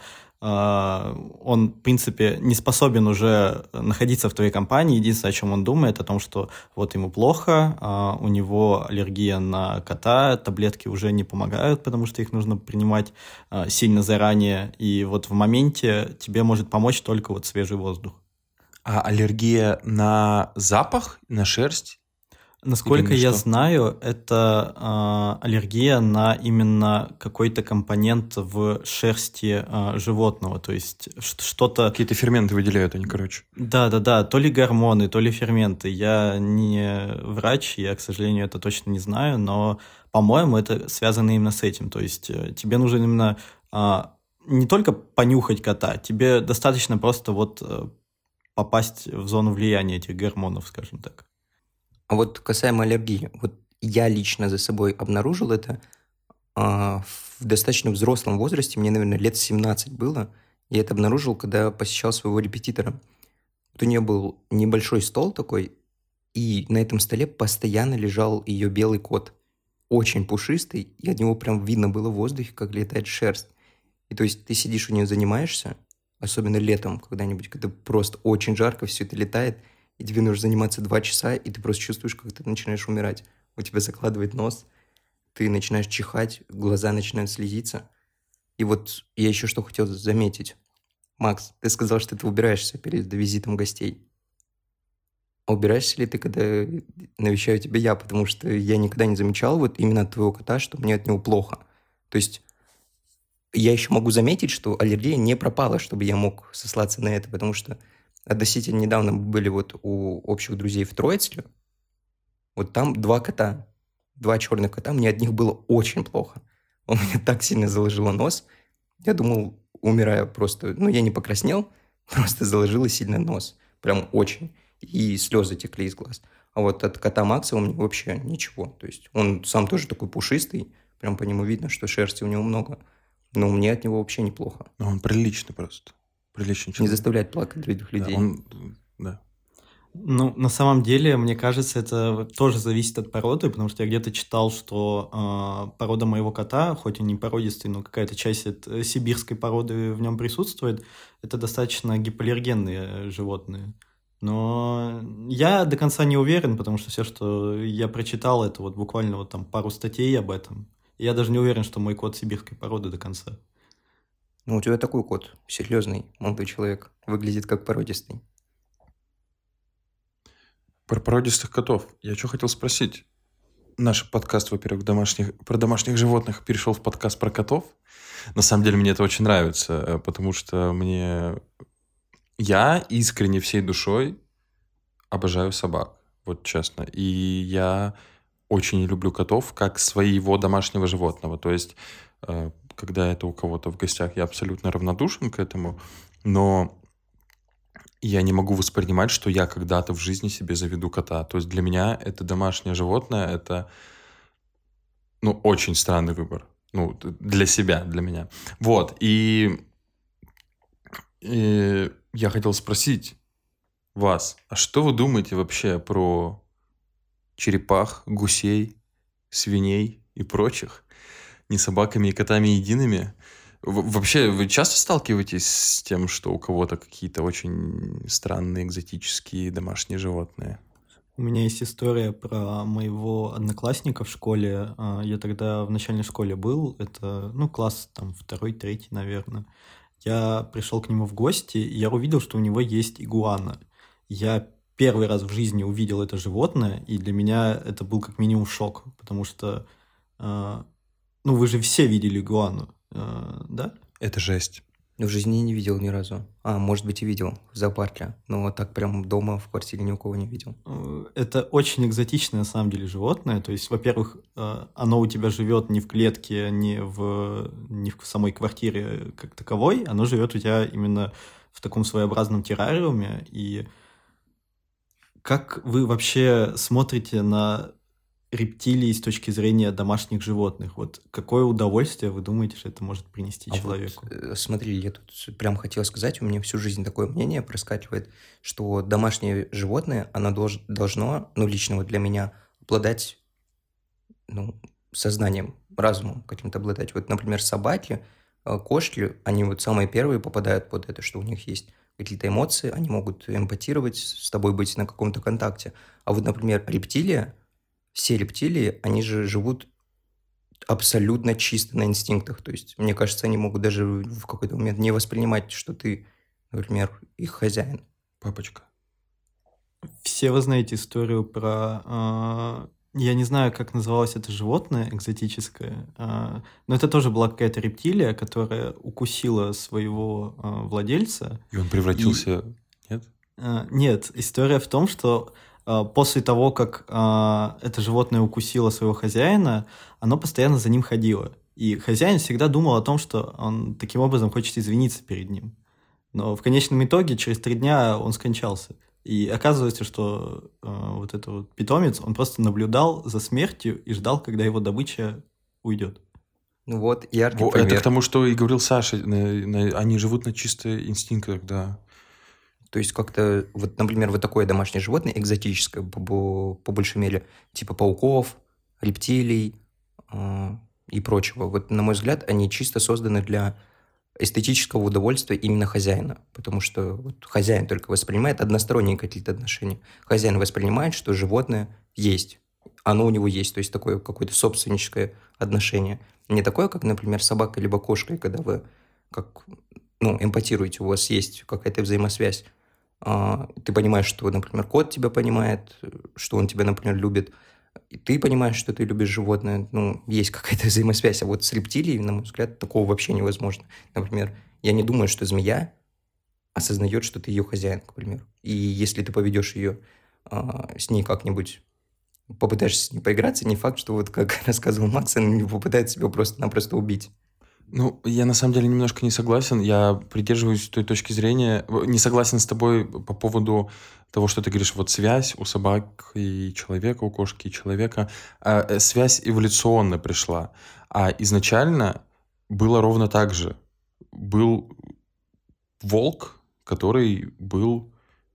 он, в принципе, не способен уже находиться в твоей компании. Единственное, о чем он думает, о том, что вот ему плохо, у него аллергия на кота, таблетки уже не помогают, потому что их нужно принимать сильно заранее, и вот в моменте тебе может помочь только вот свежий воздух. А аллергия на запах, на шерсть? Насколько я знаю, это э, аллергия на именно какой-то компонент в шерсти э, животного, то есть что-то... Какие-то ферменты выделяют они, короче. Да-да-да, то ли гормоны, то ли ферменты. Я не врач, я, к сожалению, это точно не знаю, но, по-моему, это связано именно с этим. То есть тебе нужно именно э, не только понюхать кота, тебе достаточно просто вот э, попасть в зону влияния этих гормонов, скажем так. А вот касаемо аллергии, вот я лично за собой обнаружил это а, в достаточно взрослом возрасте, мне, наверное, лет семнадцать было, я это обнаружил, когда посещал своего репетитора. Вот у нее был небольшой стол такой, и на этом столе постоянно лежал ее белый кот, очень пушистый, и от него прям видно было в воздухе, как летает шерсть. И то есть ты сидишь у нее, занимаешься, особенно летом когда-нибудь, когда просто очень жарко, все это летает, и тебе нужно заниматься два часа, и ты просто чувствуешь, как ты начинаешь умирать. У тебя закладывает нос, ты начинаешь чихать, глаза начинают слезиться. И вот я еще что хотел заметить. Макс, ты сказал, что ты убираешься перед визитом гостей. А убираешься ли ты, когда навещаю тебя я? Потому что я никогда не замечал вот именно от твоего кота, что мне от него плохо. То есть я еще могу заметить, что аллергия не пропала, чтобы я мог сослаться на это, потому что относительно недавно были вот у общих друзей в Троицких. Вот там два кота, два черных кота, мне от них было очень плохо. Он мне так сильно заложило нос. Я думал, умираю просто. Ну, я не покраснел, просто заложило сильно нос. Прям очень. И слезы текли из глаз. А вот от кота Макса у меня вообще ничего. То есть он сам тоже такой пушистый. Прям по нему видно, что шерсти у него много. Но мне от него вообще неплохо. Но он приличный просто. Приличный человек. Не заставляет плакать других людей. Да, он, да. Ну, на самом деле, мне кажется, это тоже зависит от породы, потому что я где-то читал, что э, порода моего кота, хоть и не породистый, но какая-то часть от сибирской породы в нем присутствует, это достаточно гипоаллергенные животные. Но я до конца не уверен, потому что все, что я прочитал, это вот буквально вот там пару статей об этом. И я даже не уверен, что мой кот сибирской породы до конца. Ну, у тебя такой кот, серьезный, молодой человек, выглядит как породистый. Про породистых котов. Я что хотел спросить. Наш подкаст, во-первых, домашних, про домашних животных перешел в подкаст про котов. На самом деле, мне это очень нравится, потому что мне... Я искренне всей душой обожаю собак, вот честно. И я очень не люблю котов как своего домашнего животного. То есть... когда это у кого-то в гостях, я абсолютно равнодушен к этому, но я не могу воспринимать, что я когда-то в жизни себе заведу кота. То есть для меня это домашнее животное, это, ну, очень странный выбор. Ну, для себя, для меня. Вот, и, и я хотел спросить вас, а что вы думаете вообще про черепах, гусей, свиней и прочих? Не собаками и котами едиными. Вообще, вы часто сталкиваетесь с тем, что у кого-то какие-то очень странные экзотические домашние животные? У меня есть история про моего одноклассника в школе. Я тогда в начальной школе был. Это, ну, класс там второй, третий, наверное. Я пришел к нему в гости, и я увидел, что у него есть игуана. Я первый раз в жизни увидел это животное, и для меня это был как минимум шок, потому что... Ну, вы же все видели игуану, э, да? Это жесть. В жизни не видел ни разу. А, может быть, и видел в зоопарке. Но вот так прям дома, в квартире ни у кого не видел. Это очень экзотичное, на самом деле, животное. То есть, во-первых, оно у тебя живет не в клетке, не в, не в самой квартире как таковой. Оно живет у тебя именно в таком своеобразном террариуме. И как вы вообще смотрите на... рептилии с точки зрения домашних животных? Вот какое удовольствие вы думаете, что это может принести а человеку? Вот, смотри, я тут прям хотел сказать, у меня всю жизнь такое мнение проскакивает, что домашнее животное, оно долж, должно, ну, лично вот для меня, обладать, ну, сознанием, разумом каким-то обладать. Вот, например, собаки, А кошки, они вот самые первые попадают под это, что у них есть какие-то эмоции, они могут эмпатировать, с тобой быть на каком-то контакте. А вот, например, рептилия, все рептилии, они же живут абсолютно чисто на инстинктах. То есть, мне кажется, они могут даже в какой-то момент не воспринимать, что ты, например, их хозяин. Папочка. Все вы знаете историю про... э, я не знаю, как называлось это животное экзотическое, э, но это тоже была какая-то рептилия, которая укусила своего э, владельца. И он превратился... И... Нет? Э, нет, история в том, что э, после того, как э, это животное укусило своего хозяина, оно постоянно за ним ходило. И хозяин всегда думал о том, что он таким образом хочет извиниться перед ним. Но в конечном итоге через три дня он скончался. И оказывается, что э, вот этот вот питомец, он просто наблюдал за смертью и ждал, когда его добыча уйдет. Ну вот, яркий Во, пример. Это к тому, что и говорил Саша. На, на, они живут на чисто инстинктах, да. То есть как-то, вот, например, вот такое домашнее животное, экзотическое, по, по большей мере, типа пауков, рептилий э, и прочего. Вот, на мой взгляд, они чисто созданы для эстетического удовольствия именно хозяина. Потому что вот, хозяин только воспринимает односторонние какие-то отношения. Хозяин воспринимает, что животное есть. Оно у него есть. То есть такое какое-то собственническое отношение. Не такое, как, например, собака либо кошка, когда вы как, ну, эмпатируете, у вас есть какая-то взаимосвязь. Ты понимаешь, что, например, кот тебя понимает, что он тебя, например, любит. И ты понимаешь, что ты любишь животное, ну, есть какая-то взаимосвязь. А вот с рептилией, на мой взгляд, такого вообще невозможно. Например, я не думаю, что змея осознает, что ты ее хозяин, к примеру. И если ты поведешь ее а, с ней как-нибудь, попытаешься с ней поиграться, не факт, что вот как рассказывал Макс, она не попытается тебя просто-напросто убить. Ну, я на самом деле немножко не согласен. Я придерживаюсь той точки зрения. Не согласен с тобой по поводу того, что ты говоришь, вот связь у собак и человека, у кошки и человека. А, связь эволюционно пришла. А изначально было ровно так же. Был волк, который был...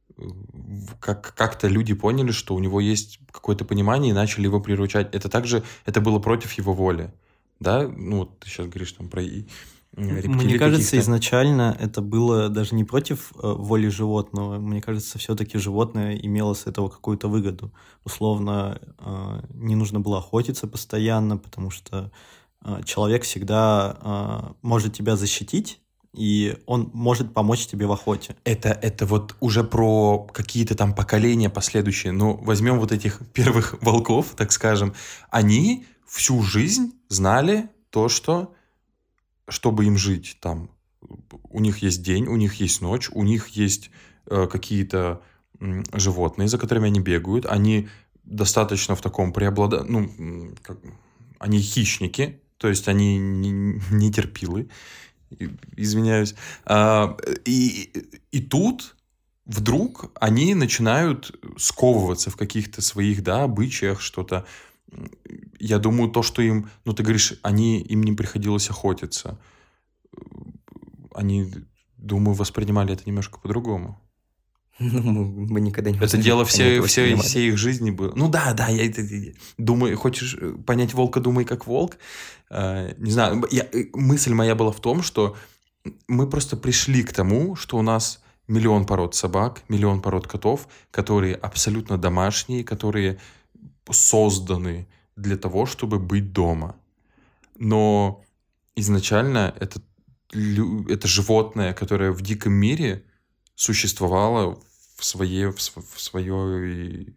Как- как-то люди поняли, что у него есть какое-то понимание и начали его приручать. Это также... Это было против его воли. Да, ну вот ты сейчас говоришь там про рептилии. Мне кажется, каких-то... изначально это было даже не против э, воли животного. Мне кажется, все-таки животное имело с этого какую-то выгоду. Условно, э, не нужно было охотиться постоянно, потому что э, человек всегда э, может тебя защитить, и он может помочь тебе в охоте. Это, это вот уже про какие-то там поколения последующие. Ну, возьмем вот этих первых волков, так скажем. Они всю жизнь знали то, что чтобы им жить там, у них есть день, у них есть ночь, у них есть э, какие-то м, животные, за которыми они бегают, они достаточно в таком преоблада... ну, как... они хищники, то есть они не, не терпилы, извиняюсь. А, и, и тут вдруг они начинают сковываться в каких-то своих, да, обычаях, что-то. Я думаю, то, что им... Ну, ты говоришь, они, им не приходилось охотиться. Они, думаю, воспринимали это немножко по-другому. Ну, мы, мы никогда не... Это дело все, все, все их жизни было. Ну да, да, я это... Думаю, хочешь понять волка, думай как волк. А, не знаю, я, мысль моя была в том, что мы просто пришли к тому, что у нас миллион пород собак, миллион пород котов, которые абсолютно домашние, которые... созданы для того, чтобы быть дома. Но изначально это, это животное, которое в диком мире существовало в своей, в своей...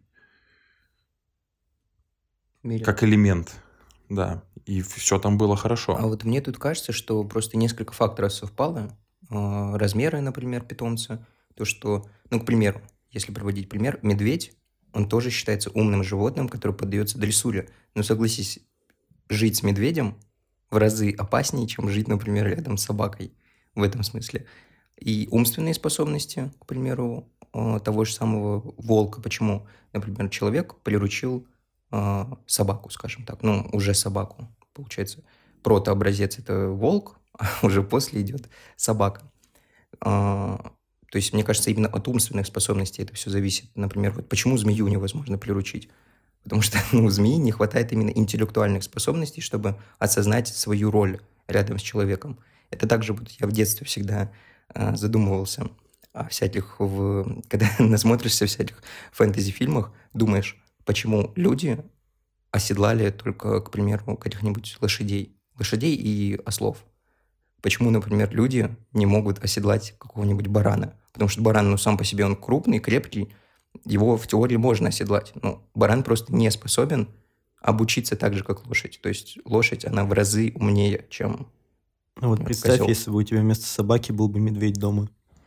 Мире. Как элемент. Да. И все там было хорошо. А вот мне тут кажется, что просто несколько факторов совпало. Размеры, например, питомца. То, что, ну, к примеру, если проводить пример, медведь, он тоже считается умным животным, которое поддается дрессуре. Но согласись, жить с медведем в разы опаснее, чем жить, например, рядом с собакой в этом смысле. И умственные способности, к примеру, того же самого волка. Почему, например, человек приручил э, собаку, скажем так, ну, уже собаку, получается. Протообразец – это волк, а уже после идет собака. Э, То есть, мне кажется, именно от умственных способностей это все зависит. Например, вот почему змею невозможно приручить? Потому что ну, у змеи не хватает именно интеллектуальных способностей, чтобы осознать свою роль рядом с человеком. Это также вот я в детстве всегда э, задумывался о всяких, в, когда насмотришься всяких фэнтези-фильмах, думаешь, почему люди оседлали только, к примеру, каких-нибудь лошадей, лошадей и ослов. Почему, например, люди не могут оседлать какого-нибудь барана? Потому что баран, ну, сам по себе он крупный, крепкий, его в теории можно оседлать. Но баран просто не способен обучиться так же, как лошадь. То есть лошадь, она в разы умнее, чем Ну вот например, представь, козел. если бы у тебя вместо собаки был бы медведь дома.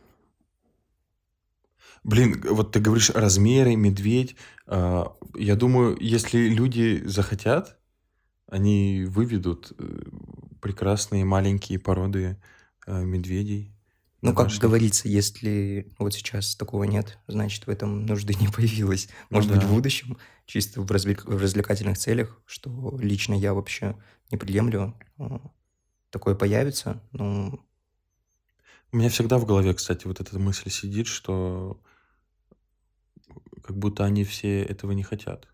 Блин, вот ты говоришь размеры, медведь. А, Я думаю, если люди захотят, они выведут э, прекрасные маленькие породы э, медведей Ну, как домашних. говорится, если вот сейчас такого нет, значит, в этом нужды не появилось. Ну Может быть, да. в будущем, чисто в развлек- в развлекательных целях, что лично я вообще не приемлю, э, такое появится. Ну, У меня всегда в голове, кстати, вот эта мысль сидит, что как будто они все этого не хотят.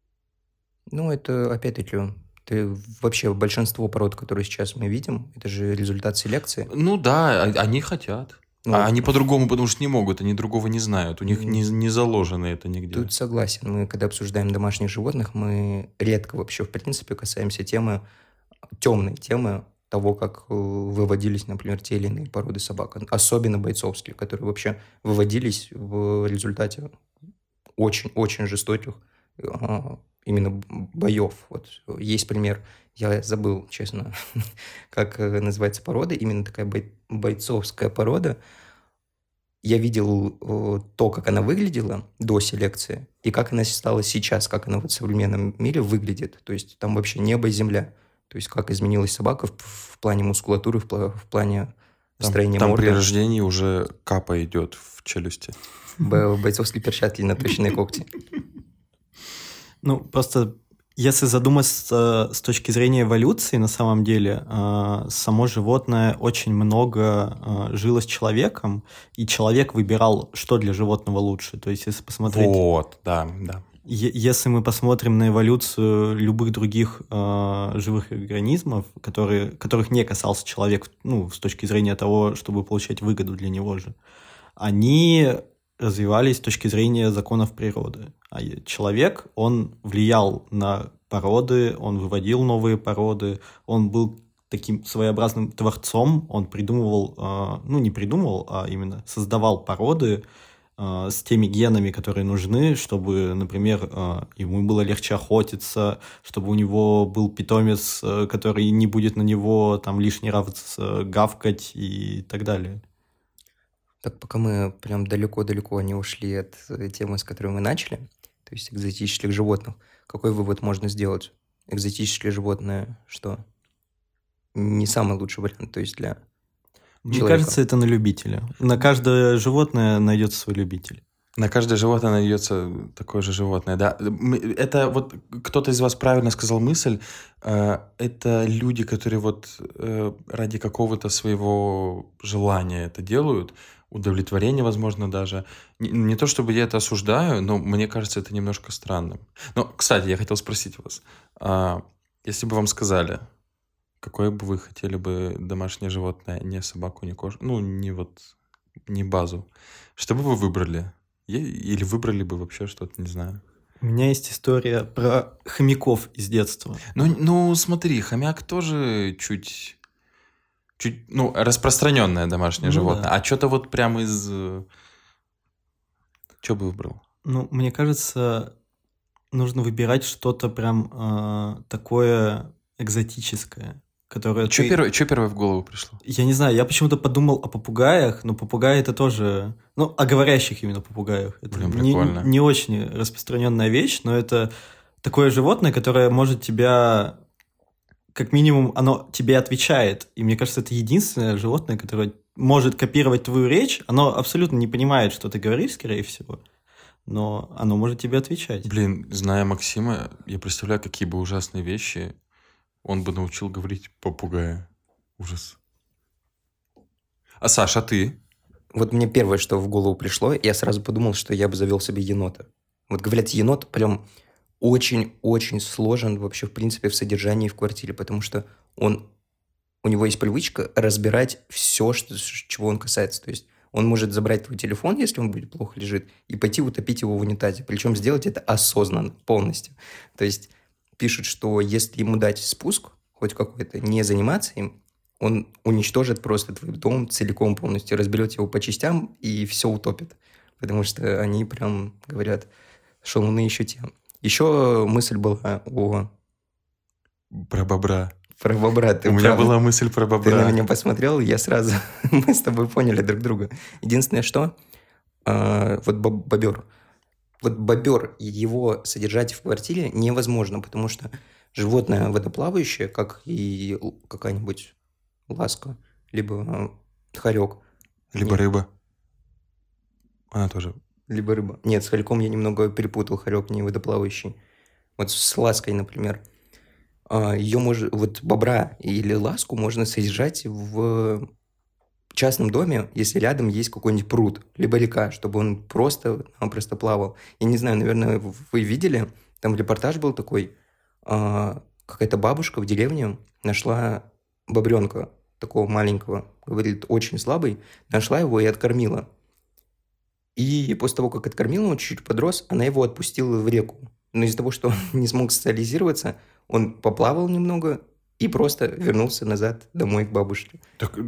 ну, это опять-таки, ты вообще большинство пород, которые сейчас мы видим, это же результат селекции. Ну да, а- они хотят. Ну, А они по-другому, потому что не могут, они другого не знают. У них М. не, не заложено это нигде. Тут согласен. Мы, когда обсуждаем домашних животных, мы редко вообще, в принципе, касаемся темы, темной темы того, как э, выводились, например, те или иные породы собак. Особенно бойцовские, которые вообще выводились в результате очень-очень жестоких а, именно боев. Вот есть пример, я забыл, честно, как э, называется порода, именно такая бой- бойцовская порода. Я видел э, то, как она выглядела до селекции, и как она стала сейчас, как она вот в современном мире выглядит. То есть там вообще небо и земля. То есть как изменилась собака в, в плане мускулатуры, в, пла- в плане Там, строения там морды. при рождении уже капа идет в челюсти. Бо- бойцовские перчатки и наточенные когти. Ну, просто если задуматься с точки зрения эволюции, на самом деле, э, само животное очень много э, жило с человеком, и человек выбирал, что для животного лучше. То есть, если посмотреть... Вот, да, да. Е- Если мы посмотрим на эволюцию любых других э, живых организмов, которые, которых не касался человек, ну, с точки зрения того, чтобы получать выгоду для него же, они развивались с точки зрения законов природы. А е- человек, он влиял на породы, он выводил новые породы, он был таким своеобразным творцом, он придумывал, э, ну, не придумывал, а именно создавал породы, э, с теми генами, которые нужны, чтобы, например, э, ему было легче охотиться, чтобы у него был питомец, э, который не будет на него там лишний раз э, гавкать и так далее. Так, пока мы прям далеко-далеко не ушли от э, темы, с которой мы начали, то есть экзотических животных, какой вывод можно сделать? Экзотические животные что? Не самый лучший вариант, то есть для Мне человека. кажется, это на любителя. На каждое животное найдется свой любитель. На каждое животное найдется такое же животное, да. М, Это вот кто-то из вас правильно сказал мысль. э, Это люди, которые вот э, ради какого-то своего желания это делают, удовлетворения, возможно, даже. Не, не то чтобы я это осуждаю, но мне кажется, это немножко странным. Но, кстати, я хотел спросить вас, а, если бы вам сказали, какое бы вы хотели бы домашнее животное, не собаку, не кошку, ну, не вот, не базу, что бы вы выбрали? Е- Или выбрали бы вообще что-то, не знаю. У меня есть история про хомяков из детства. Ну, ну смотри, хомяк тоже чуть, чуть, ну, распространенное домашнее Ну животное. да. А что-то вот прям из... Что бы выбрал? Ну, мне кажется, нужно выбирать что-то прям э, такое экзотическое, которое Что ты- первое, чё первое в голову пришло? Я не знаю, я почему-то подумал о попугаях, но попугаи это тоже... Ну, о говорящих именно попугаях. Это Блин, не, прикольно. не очень распространенная вещь, но это такое животное, которое может тебя... Как минимум, оно тебе отвечает. И мне кажется, это единственное животное, которое может копировать твою речь. Оно абсолютно не понимает, что ты говоришь, скорее всего. Но оно может тебе отвечать. Блин, зная Максима, я представляю, какие бы ужасные вещи он бы научил говорить попугая. Ужас. А Саша, ты? Вот мне первое, что в голову пришло, я сразу подумал, что я бы завел себе енота. Вот говорят, енот прям очень-очень сложен вообще, в принципе, в содержании в квартире, потому что он у него есть привычка разбирать все, что, чего он касается. То есть он может забрать твой телефон, если он будет плохо лежит, и пойти утопить его в унитазе. Причем сделать это осознанно, полностью. То есть пишут, что если ему дать спуск, хоть какой-то, не заниматься им, он уничтожит просто твой дом целиком полностью, разберет его по частям и все утопит. Потому что они прям говорят, шалуны еще те. Еще мысль была о... Про бобра. Про бобра. Ты У меня прав... была мысль про бобра. Ты на меня посмотрел, я сразу... Мы с тобой поняли друг друга. Единственное, что... А, вот бобер. Вот бобер и его содержать в квартире невозможно, потому что животное водоплавающее, как и какая-нибудь ласка, либо хорек. Либо Нет. рыба. Она тоже. Либо рыба. Нет, с хорьком я немного перепутал, хорек не водоплавающий. Вот с лаской, например. Ее можно, вот бобра или ласку можно содержать в частном доме, если рядом есть какой-нибудь пруд, либо река, чтобы он просто-напросто плавал. Я не знаю, наверное, вы видели, там репортаж был такой, какая-то бабушка в деревне нашла бобренка такого маленького, говорит, очень слабый, нашла его и откормила. И после того, как откормила, он чуть-чуть подрос, она его отпустила в реку. Но из-за того, что он не смог социализироваться, он поплавал немного и просто вернулся назад домой к бабушке. Так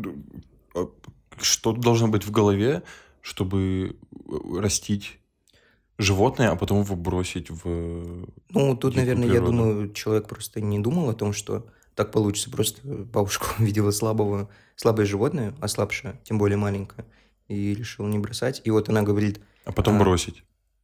что должно быть в голове, чтобы растить животное, а потом его бросить в... Ну, тут, наверное, природу? Я думаю, человек просто не думал о том, что так получится. Просто бабушка увидела слабого, слабое животное, ослабшее, тем более маленькое, и решил не бросать. И вот она говорит... А потом а... бросить.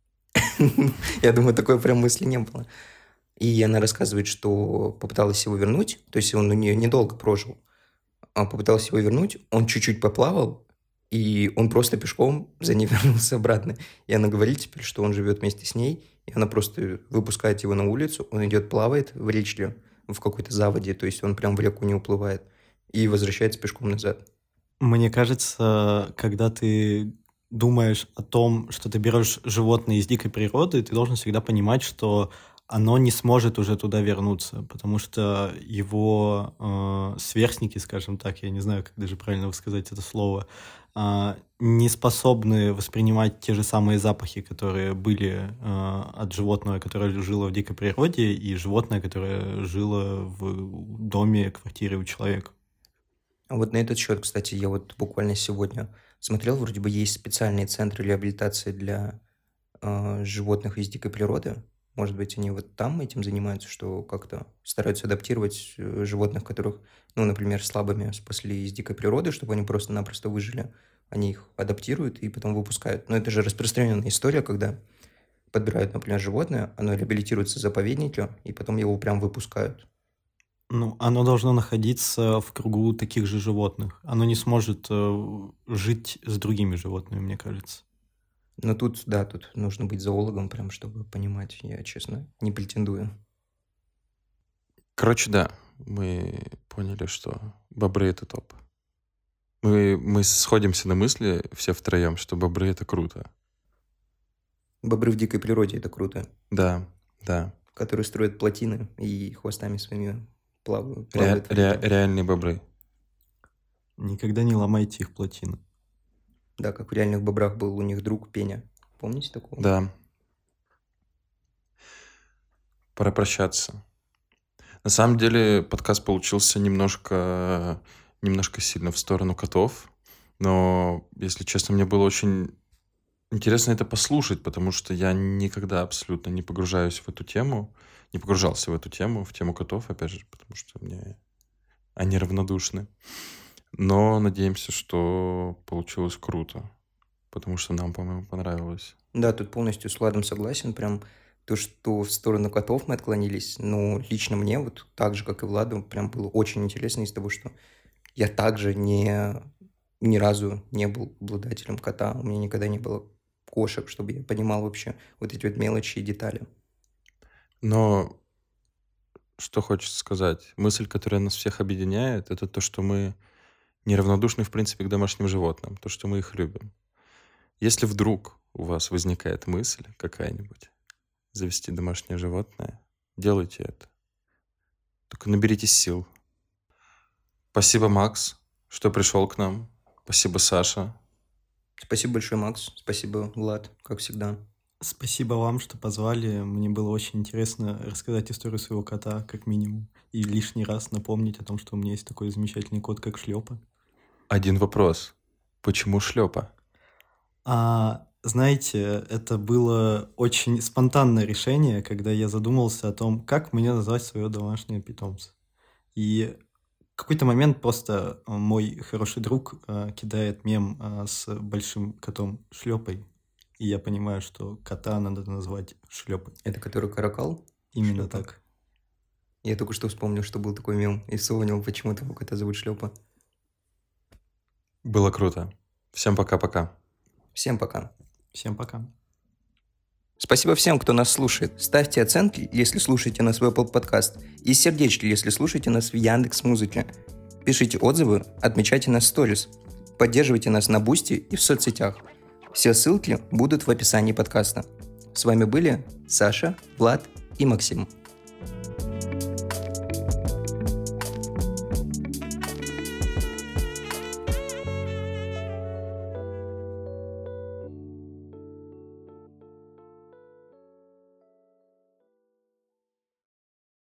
Я думаю, такой прям мысли не было. И она рассказывает, что попыталась его вернуть, то есть он у нее недолго прожил, а попыталась его вернуть, он чуть-чуть поплавал, и он просто пешком за ней вернулся обратно. И она говорит теперь, что он живет вместе с ней, и она просто выпускает его на улицу, он идет, плавает в речке, в какой-то заводе, то есть он прям в реку не уплывает, и возвращается пешком назад. Мне кажется, когда ты думаешь о том, что ты берешь животное из дикой природы, ты должен всегда понимать, что оно не сможет уже туда вернуться, потому что его э, сверстники, скажем так, я не знаю, как даже правильно сказать это слово, э, не способны воспринимать те же самые запахи, которые были э, от животного, которое жило в дикой природе, и животное, которое жило в доме, квартире у человека. А вот на этот счет, кстати, я вот буквально сегодня смотрел, вроде бы есть специальные центры реабилитации для э, животных из дикой природы. Может быть, они вот там этим занимаются, что как-то стараются адаптировать животных, которых, ну, например, слабыми спасли из дикой природы, чтобы они просто-напросто выжили. Они их адаптируют и потом выпускают. Но это же распространенная история, когда подбирают, например, животное, оно реабилитируется в заповеднике, и потом его прям выпускают. Ну, оно должно находиться в кругу таких же животных. Оно не сможет э, жить с другими животными, мне кажется. Но тут, да, тут нужно быть зоологом, прям, чтобы понимать. Я, честно, не претендую. Короче, да, мы поняли, что бобры — это топ. Мы, мы сходимся на мысли все втроем, что бобры — это круто. Бобры в дикой природе — это круто. Да, да. Которые строят плотины и хвостами своими плавают. Ре- ре- реальные бобры. Никогда не ломайте их плотины. Да, как в реальных бобрах был у них друг Пеня. Помните такого? Да. Пора прощаться. На самом деле подкаст получился немножко, немножко сильно в сторону котов. Но, если честно, мне было очень интересно это послушать, потому что я никогда абсолютно не погружаюсь в эту тему. Не погружался в эту тему, в тему котов, опять же, потому что мне они равнодушны. Но надеемся, что получилось круто, потому что нам, по-моему, понравилось. Да, тут полностью с Владом согласен. Прям то, что в сторону котов мы отклонились, ну, лично мне, вот так же, как и Владу, прям было очень интересно из того, что я также не, ни разу не был обладателем кота. У меня никогда не было кошек, чтобы я понимал вообще вот эти вот мелочи и детали. Но что хочется сказать? Мысль, которая нас всех объединяет, это то, что мы неравнодушны, в принципе, к домашним животным, то, что мы их любим. Если вдруг у вас возникает мысль какая-нибудь завести домашнее животное, делайте это. Только наберитесь сил. Спасибо, Макс, что пришел к нам. Спасибо, Саша. Спасибо большое, Макс. Спасибо, Влад, как всегда. Спасибо вам, что позвали. Мне было очень интересно рассказать историю своего кота, как минимум, и лишний раз напомнить о том, что у меня есть такой замечательный кот, как Шлепа. Один вопрос. Почему Шлепа? А, знаете, это было очень спонтанное решение, когда я задумался о том, как мне назвать своего домашнего питомца. И в какой-то момент просто мой хороший друг э, кидает мем э, с большим котом Шлепой, и я понимаю, что кота надо назвать Шлепой. Это который каракал? Именно Шлёпа. так. Я только что вспомнил, что был такой мем, и вспомнил, почему этого кота зовут Шлепа. Было круто. Всем пока-пока. Всем пока. Всем пока. Спасибо всем, кто нас слушает. Ставьте оценки, если слушаете нас в Apple Podcast, и сердечки, если слушаете нас в Яндекс.Музыке. Пишите отзывы, отмечайте нас в сторис. Поддерживайте нас на Бусти и в соцсетях. Все ссылки будут в описании подкаста. С вами были Саша, Влад и Максим.